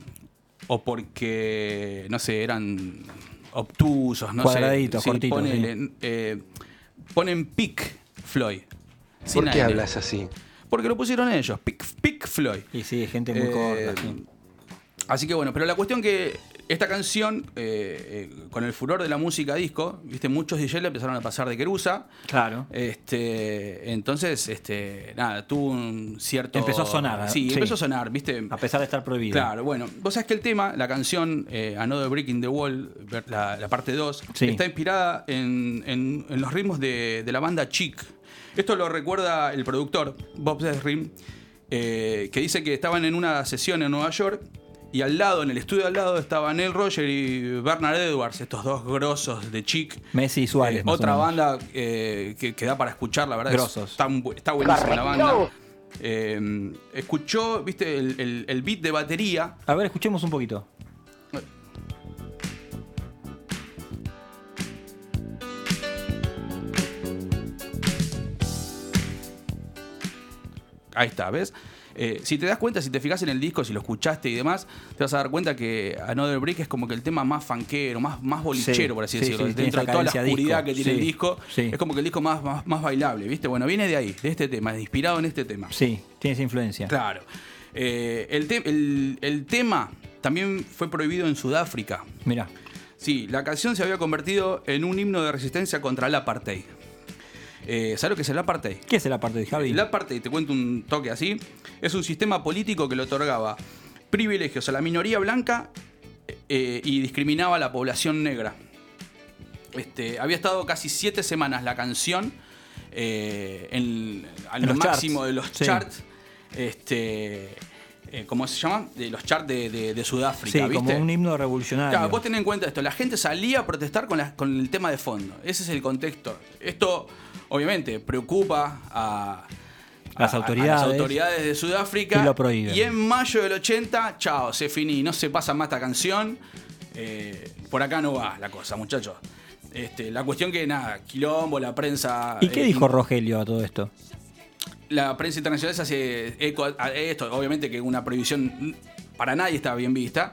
porque, no sé, eran obtusos, no cuadraditos, sé. cortitos. Ponen Pink Floyd. ¿Por qué hablas así? Porque lo pusieron ellos, Pink Floyd. Y sí, gente muy corta. Sí. Así que bueno, pero la cuestión que esta canción, con el furor de la música disco, viste, muchos DJs le empezaron a pasar de querusa. Claro. Entonces, nada, tuvo un cierto... Empezó a sonar. Sí, empezó a sonar, viste. A pesar de estar prohibido. Claro, bueno, vos sabés que el tema, la canción Another Brick in the Wall, la parte 2, está inspirada en los ritmos de la banda Chic. Esto lo recuerda el productor, Bob Ezrin, que dice que estaban en una sesión en Nueva York y al lado, en el estudio al lado, estaban Neil Roger y Bernard Edwards, estos dos grosos de Chic. Messi y Suárez. Otra banda que da para escuchar, la verdad. Grosos. Está buenísima la banda. Escuchó, viste, el beat de batería. A ver, escuchemos un poquito. Ahí está, ¿ves? Si te das cuenta, si te fijas en el disco, si lo escuchaste y demás, te vas a dar cuenta que Another Brick es como que el tema más funkero, más bolichero, por así decirlo. Dentro de toda la oscuridad que tiene el disco, es como que el disco más bailable, ¿viste? Bueno, viene de ahí, de este tema, inspirado en este tema. Sí, tiene esa influencia. Claro. El tema también fue prohibido en Sudáfrica. Mirá. Sí, la canción se había convertido en un himno de resistencia contra el apartheid. ¿Sabes lo que es el apartheid? ¿Qué es el apartheid, Javi? El apartheid, te cuento un toque así, es un sistema político que le otorgaba privilegios a la minoría blanca y discriminaba a la población negra. Había estado casi 7 semanas la canción a lo máximo de los charts. ¿cómo se llama? De los charts de Sudáfrica, Sí, ¿viste? como un himno revolucionario. Claro, vos tenés en cuenta esto, la gente salía a protestar con el tema de fondo. Ese es el contexto. Esto, obviamente, preocupa a las autoridades de Sudáfrica. Y lo prohíben. Y en mayo del 80, chao, se finí, no se pasa más esta canción. Por acá no va la cosa, muchachos. La cuestión que, nada, quilombo, la prensa... ¿Y qué dijo Rogelio a todo esto? La prensa internacional se hace eco a esto. Obviamente que una prohibición para nadie estaba bien vista.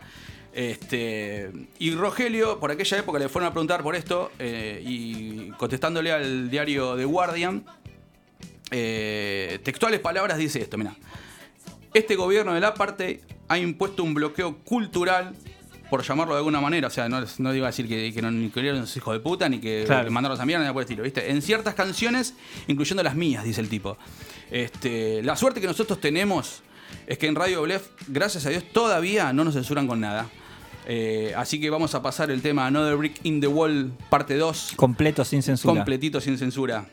Y Rogelio, por aquella época, le fueron a preguntar por esto y contestándole al diario The Guardian, textuales palabras dice esto, mirá. Este gobierno del apartheid ha impuesto un bloqueo cultural, por llamarlo de alguna manera, o sea, no iba a decir que no ni que eran unos hijos de puta, ni que mandarlos a mierda, ni nada por el estilo, ¿viste? En ciertas canciones, incluyendo las mías, dice el tipo. La suerte que nosotros tenemos es que en Radio Blef, gracias a Dios, todavía no nos censuran con nada. Así que vamos a pasar el tema Another Brick in the Wall, parte 2. Completo, sin censura. Completito, sin censura.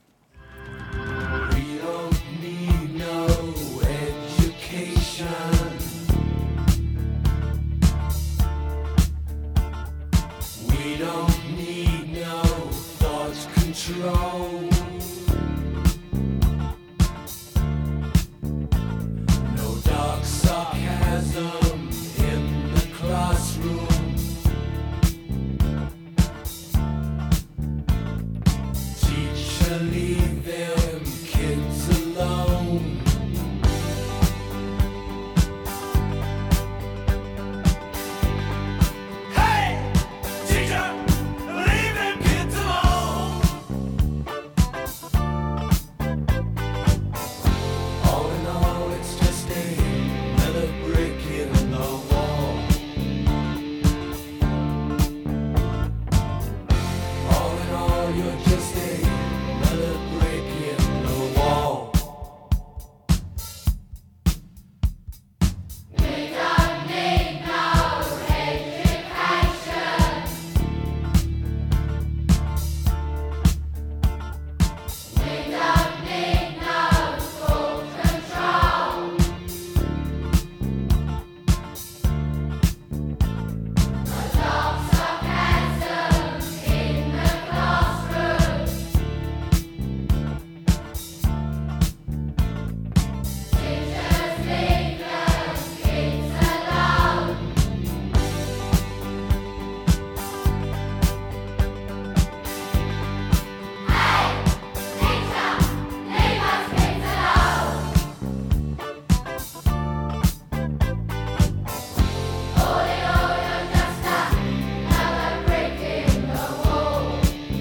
Control. No dark sarcasm in the classroom. Teacher, leave them kids alone. Hey, teacher, leave them kids alone. All in all, it's just another brick in the wall. All in all, you're just another brick in the wall. We don't need no education. We don't need no school control. No dark sarcasm in the classroom. Teachers, leave them kids alone. Hey, teacher, leave us kids alone. All in all, you're just another brick in the wall.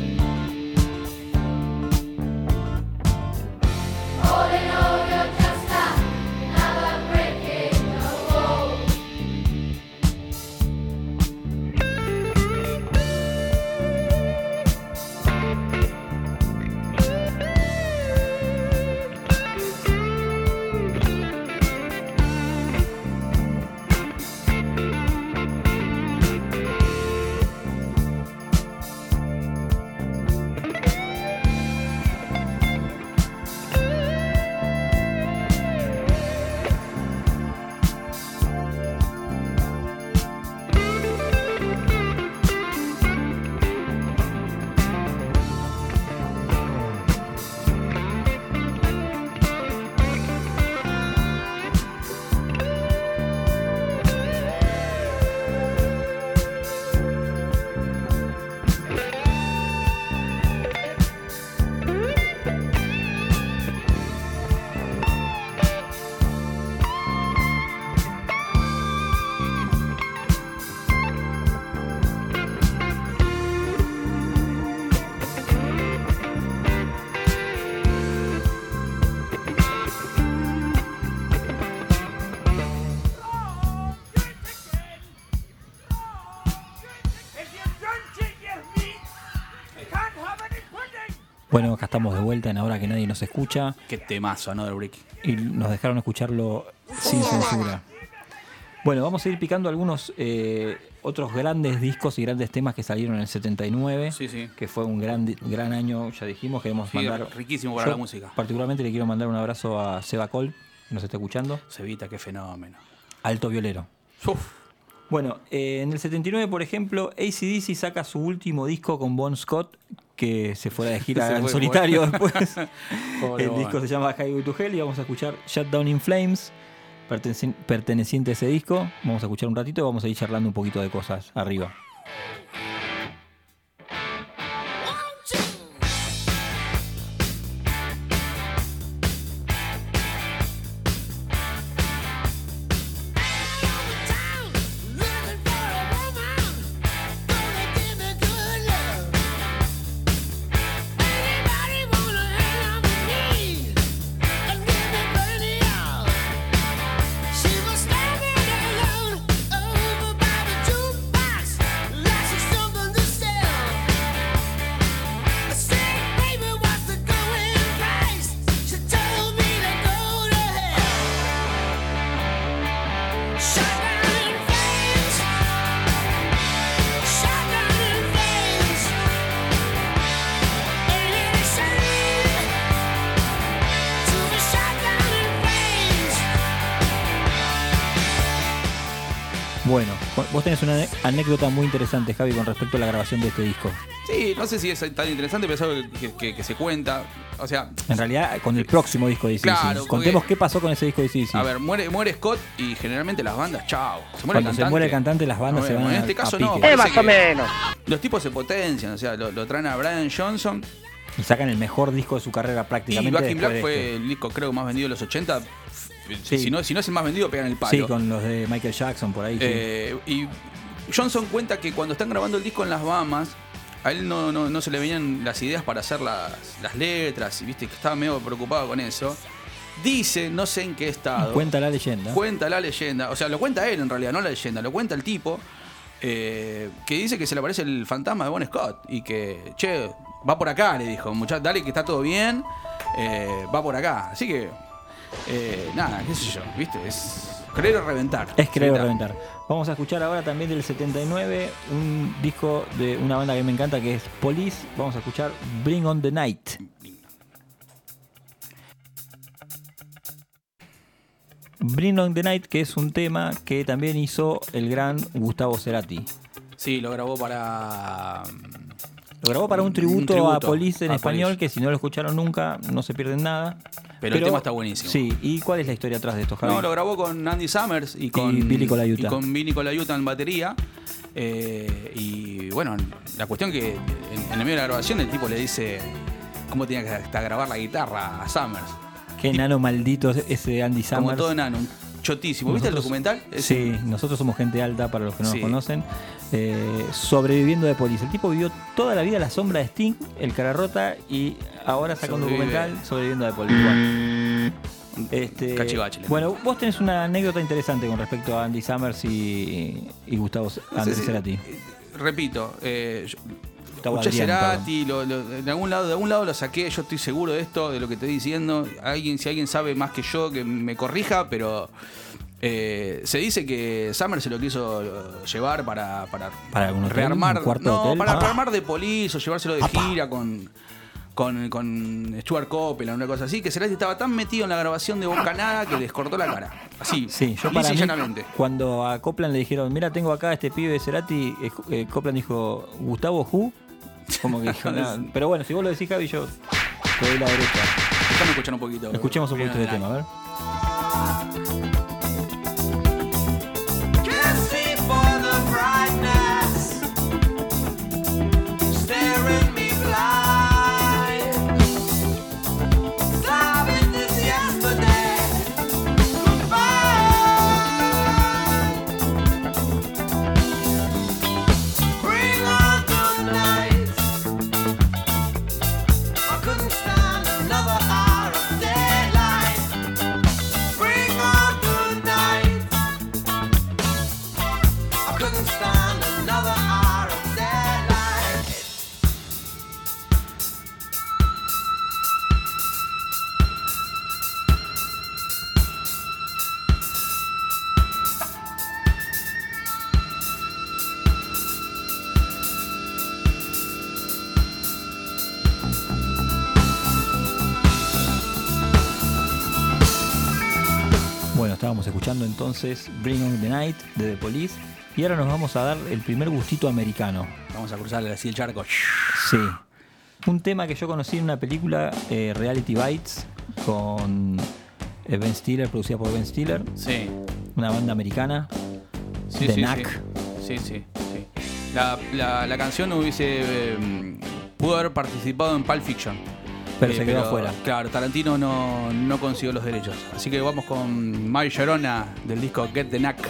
All in all, you're just another brick in the wall. Bueno, acá estamos de vuelta en Ahora que nadie nos escucha. Qué temazo, Another Brick. Y nos dejaron escucharlo sin censura. Bueno, vamos a ir picando algunos otros grandes discos y grandes temas que salieron en el 79. Sí, sí. Que fue un gran año, ya dijimos. Queremos Sí, mandar. riquísimo para la música. Particularmente le quiero mandar un abrazo a Seba Col, nos está escuchando. Cevita, qué fenómeno. Alto violero. Uf. Bueno, en el 79, por ejemplo, AC/DC saca su último disco con Bon Scott, que se fuera de gira en solitario después. El disco se llama Highway to Hell y vamos a escuchar Shut Down in Flames, perteneciente a ese disco. Vamos a escuchar un ratito y vamos a ir charlando un poquito de cosas arriba. Bueno, vos tenés una anécdota muy interesante, Javi, con respecto a la grabación de este disco. Sí, no sé si es tan interesante, pero es algo que se cuenta. O sea, en realidad, con el próximo disco de AC/DC. Claro, contemos qué pasó con ese disco de AC/DC. A ver, muere Scott y generalmente las bandas, chao. Cuando se muere el cantante, las bandas se van en este caso a no. pique. Más o menos. Los tipos se potencian, o sea, lo traen a Brian Johnson. Y sacan el mejor disco de su carrera prácticamente. Y Back in Black fue el disco, creo, más vendido de los 80. Sí. Si no es el más vendido, pegan el palo. Sí, con los de Michael Jackson por ahí. Y Johnson cuenta que cuando están grabando el disco en las Bahamas, a él no se le venían las ideas para hacer las letras, y viste que estaba medio preocupado con eso. Dice, no sé en qué estado. Cuenta la leyenda. O sea, lo cuenta él en realidad, no la leyenda. Lo cuenta el tipo que dice que se le aparece el fantasma de Bon Scott y que, che, va por acá, le dijo. Muchachos, dale que está todo bien, va por acá. Así que, nada, qué sé yo, viste, es creer o reventar. Es creer o reventar. Vamos a escuchar ahora también del 79 un disco de una banda que me encanta, que es Police. Vamos a escuchar Bring on the Night. Bring on the Night, que es un tema que también hizo el gran Gustavo Cerati. Sí, lo grabó para un tributo a Police en español, que si no lo escucharon nunca, no se pierden nada. Pero el tema está buenísimo. Sí, ¿y cuál es la historia atrás de esto, Javi? No, lo grabó con Andy Summers y con Billy Colaiuta. Y con Billy Colaiuta en batería. Y bueno, la cuestión que en el medio de la grabación el tipo le dice cómo tenía que hasta grabar la guitarra a Summers. Qué enano maldito ese Andy Summers. Como todo enano, chotísimo. ¿Viste el documental? Sí, nosotros somos gente alta, para los que no nos conocen. Sobreviviendo de Police. El tipo vivió toda la vida a la sombra de Sting, el cara rota, y ahora saca un documental sobreviviendo de Police. Bueno, vos tenés una anécdota interesante con respecto a Andy Summers y Gustavo Cerati. Repito, escuché Cerati, de algún lado lo saqué, yo estoy seguro de esto, de lo que estoy diciendo. Si alguien sabe más que yo, que me corrija, pero se dice que Summers se lo quiso llevar para rearmar, para rearmar de Police o llevárselo de gira con Stuart Copeland, una cosa así, que Cerati estaba tan metido en la grabación de Bocanada que les cortó la cara. Así, lisa y llanamente. Cuando a Copland le dijeron, mira, tengo acá a este pibe de Cerati, Copland dijo, ¿Gustavo Who? Como que dijo, nada. Pero bueno, si vos lo decís, Javi, yo te doy la derecha. Déjame escuchar un poquito. Escuchemos un poquito de tema, a ver. Another hour of daylight. Estábamos escuchando entonces Bring On The Night de The Police. Y ahora nos vamos a dar el primer gustito americano. Vamos a cruzarle así el charco. Sí. Un tema que yo conocí en una película, Reality Bites, con Ben Stiller, producida por Ben Stiller. Sí. Una banda americana. Sí, de sí, NAC. Sí. La canción pudo haber participado en Pulp Fiction. Pero se quedó afuera. Claro, Tarantino no consiguió los derechos. Así que vamos con My Sharona del disco Get the Knack.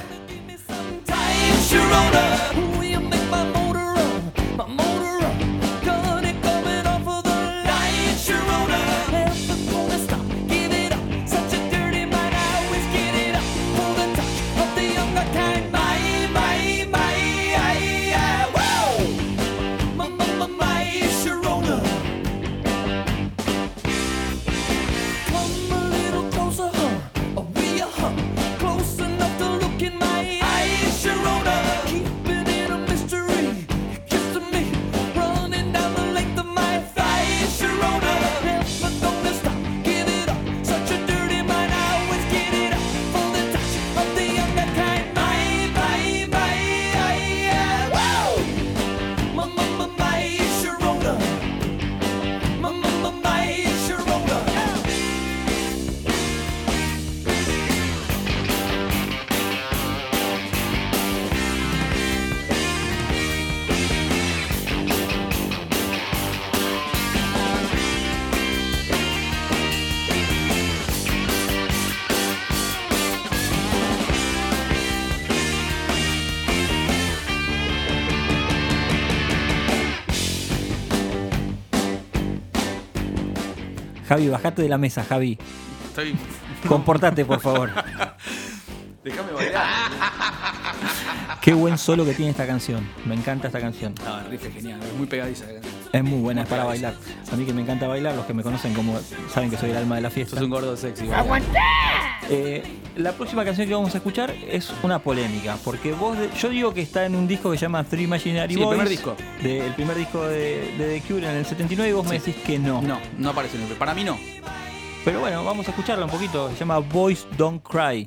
Javi, bajate de la mesa, Javi. Estoy... Comportate, por favor. Déjame bailar. Qué buen solo que tiene esta canción. Me encanta esta canción. No, el riff es genial, es muy pegadiza la canción. Es muy buena, es para bailar. A mí que me encanta bailar, los que me conocen como saben que soy el alma de la fiesta. Sos un gordo sexy. ¡Aguantá! La próxima canción que vamos a escuchar es una polémica, porque yo digo que está en un disco que se llama Three Imaginary Boys. El primer disco. El primer disco de The Cure en el 79 y vos me decís que no. No aparece en el... Para mí no. Pero bueno, vamos a escucharla un poquito. Se llama Boys Don't Cry.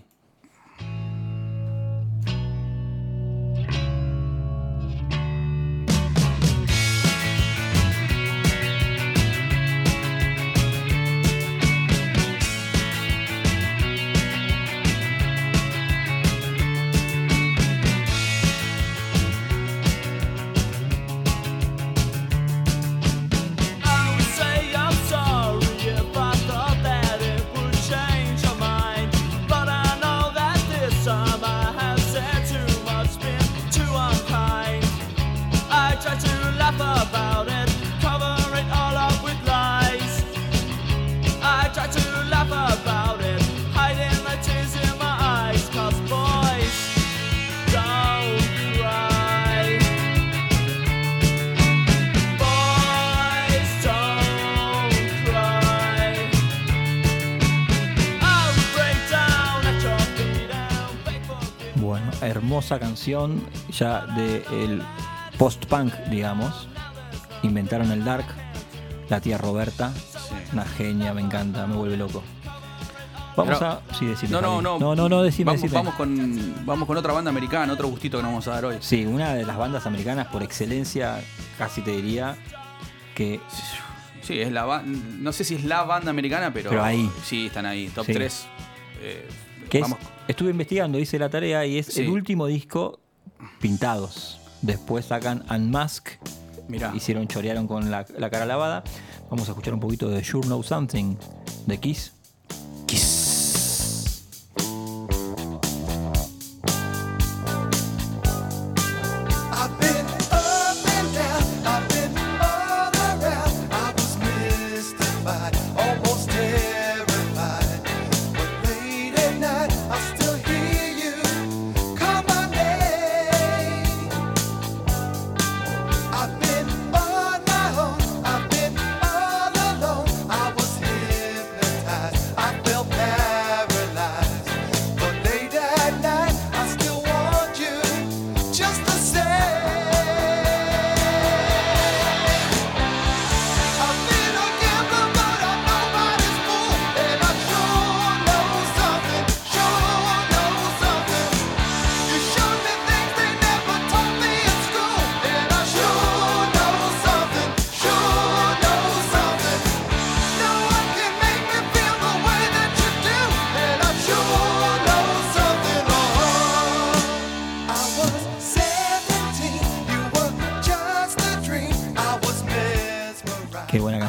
Hermosa canción ya del post-punk, digamos. Inventaron el dark. La tía Roberta, una genia, me encanta, me vuelve loco. Vamos a... Sí, decime. No, decime. Vamos con otra banda americana, otro gustito que nos vamos a dar hoy. Sí, una de las bandas americanas por excelencia, casi te diría que... Sí, es no sé si es la banda americana, pero ahí. Sí, están ahí, top 3. Estuve investigando, hice la tarea y es el último disco Pintados. Después sacan Unmask. Mirá. Chorearon con la cara lavada. Vamos a escuchar un poquito de Sure Know Something de Kiss. I felt bad.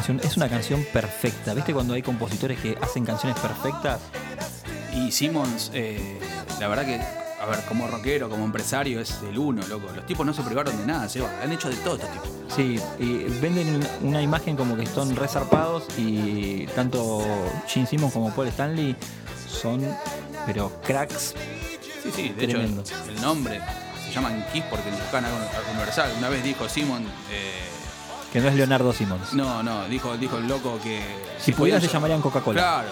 canción, es una canción perfecta. ¿Viste cuando hay compositores que hacen canciones perfectas? Y Simmons, la verdad que, a ver, como rockero, como empresario, es el uno, loco. Los tipos no se privaron de nada, Seba. Han hecho de todo estos tipos. Sí, y venden una imagen como que son resarpados y tanto Gene Simmons como Paul Stanley son, pero cracks. Sí, de tremendo. hecho, el nombre se llaman Kiss porque buscan algo universal. Una vez dijo Simmons... que no es Leonardo Simmons. No, dijo el loco que... Si pudieran se llamarían Coca-Cola. Claro,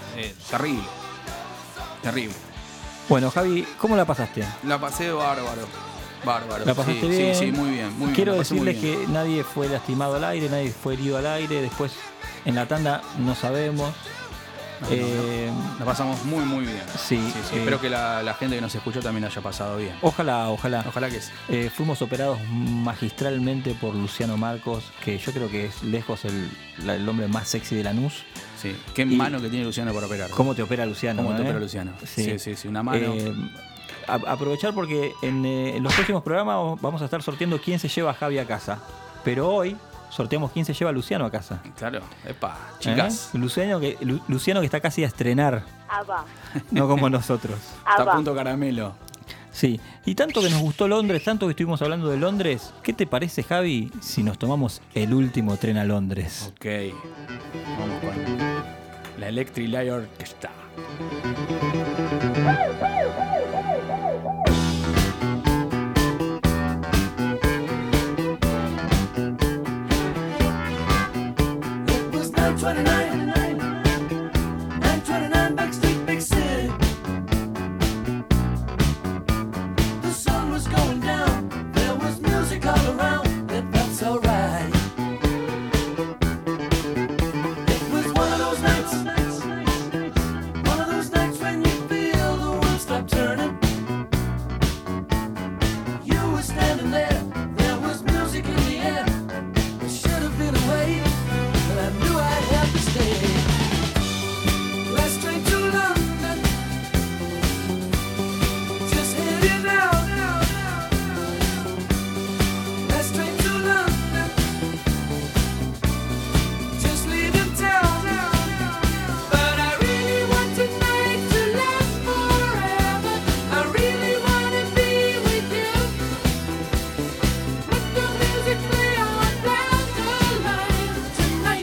terrible. Bueno, Javi, ¿cómo la pasaste? La pasé bárbaro. ¿La pasaste bien? Sí, muy bien. Quiero decirles que nadie fue lastimado al aire, nadie fue herido al aire. Después, en la tanda, no sabemos. La pasamos muy bien. Sí. Espero que la gente que nos escuchó también la haya pasado bien. Ojalá. Ojalá que sí. Fuimos operados magistralmente por Luciano Marcos, que yo creo que es lejos el hombre más sexy de Lanús. Sí. Qué mano que tiene Luciano para operar. ¿Cómo te opera Luciano? Sí, una mano. Aprovechar porque en los próximos programas vamos a estar sorteando quién se lleva a Javi a casa. Pero hoy sorteamos quién se lleva a Luciano a casa. Claro, chicas. Luciano que está casi a estrenar. No como nosotros. Está a punto caramelo. Sí, y tanto que nos gustó Londres, tanto que estuvimos hablando de Londres, ¿qué te parece, Javi, si nos tomamos el último tren a Londres? Ok, vamos con la Electric Light Orchestra. It was 9:29 Backstreet, big city. The sun was going down, there was music all around, it felt so right. It was one of those nights when you feel the world stop turning. You were standing there was music in the air. It should have been away, but I knew I'd have to stay. Last train to London, just heading out. Last train to London, just leaving town. But I really want tonight to last forever. I really want to be with you. Let the music play on down the line tonight.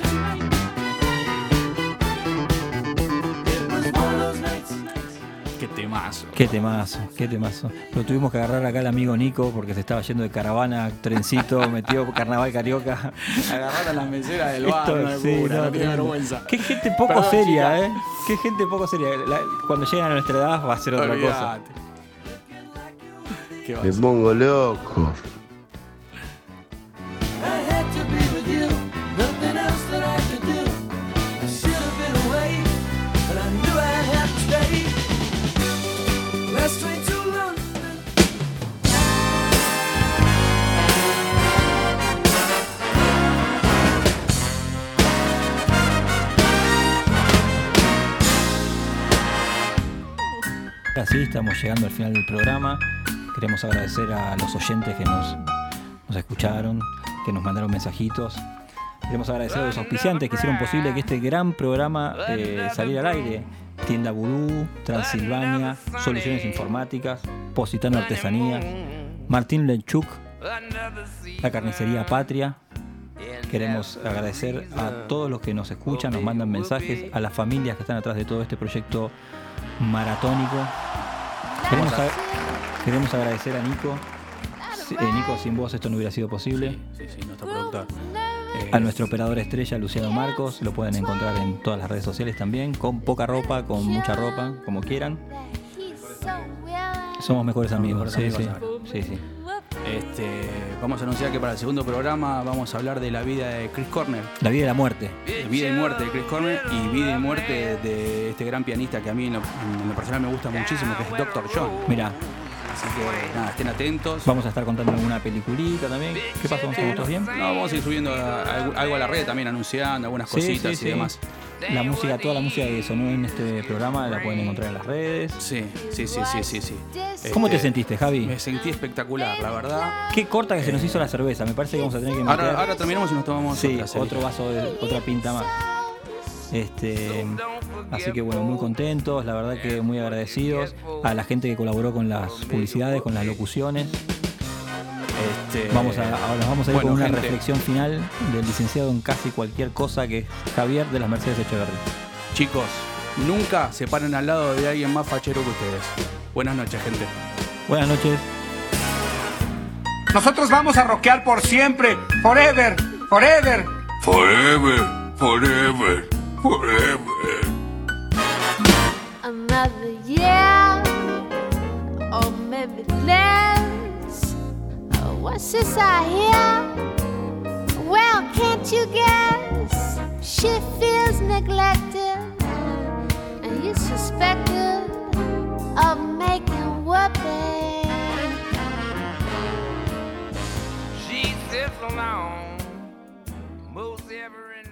It was one of those nights. Qué temazo. Qué temazo. Lo tuvimos que agarrar acá al amigo Nico porque se estaba yendo de caravana, trencito, metido carnaval carioca. Agarrar a las meseras del bar, no tiene vergüenza. Qué gente poco Perdón, seria, chica. ¿eh? Qué gente poco seria. Cuando llegan a nuestra edad va a ser otra cosa. Olvídate. ¿Qué va a Me ser? pongo loco. I had to be with you, nothing else that I could do. I should have been away, but I knew I'd have to stay. Last train to London. Así estamos llegando al final del programa. Queremos agradecer a los oyentes que nos escucharon, que nos mandaron mensajitos. Queremos agradecer a los auspiciantes que hicieron posible que este gran programa saliera al aire. Tienda Vudú, Transilvania, Soluciones Informáticas, Positano Artesanía, Martín Lenchuk, la Carnicería Patria. Queremos agradecer a todos los que nos escuchan, nos mandan mensajes, a las familias que están atrás de todo este proyecto maratónico. Queremos agradecer a Nico. Nico, sin vos esto no hubiera sido posible. Sí, nuestro productor. A nuestro operador estrella, Luciano Marcos. Lo pueden encontrar en todas las redes sociales también. Con poca ropa, con mucha ropa, como quieran. Somos mejores amigos. Sí. Vamos a anunciar que para el segundo programa vamos a hablar de la vida de Chris Cornell. La vida y la muerte. Vida y muerte de Chris Cornell y vida y muerte de este gran pianista que a mí en lo personal me gusta muchísimo, que es Dr. John. Mirá. Así que nada, estén atentos. Vamos a estar contando alguna peliculita también. ¿Qué pasó? ¿Estamos todos bien? No, vamos a ir subiendo algo a la red también, anunciando algunas cositas y demás. La música, toda la música que sonó en este programa la pueden encontrar en las redes. Sí. ¿Cómo te sentiste, Javi? Me sentí espectacular, la verdad. Qué corta que se nos hizo la cerveza. Me parece que vamos a tener que meter... Ahora terminamos y nos tomamos otro vaso de otra pinta más. Así que bueno, muy contentos, la verdad que muy agradecidos a la gente que colaboró con las publicidades, con las locuciones. Ahora vamos a ir con una reflexión final del licenciado en casi cualquier cosa, que es Javier de las Mercedes Echeverry. Chicos, nunca se paren al lado de alguien más fachero que ustedes. Buenas noches, gente. Buenas noches. Nosotros vamos a rockear por siempre, forever, forever. Forever, forever, forever. Another year, or maybe less. What's since I hear? Well, can't you guess? She feels neglected, and you suspected of making whoopee. She sits alone, most ever in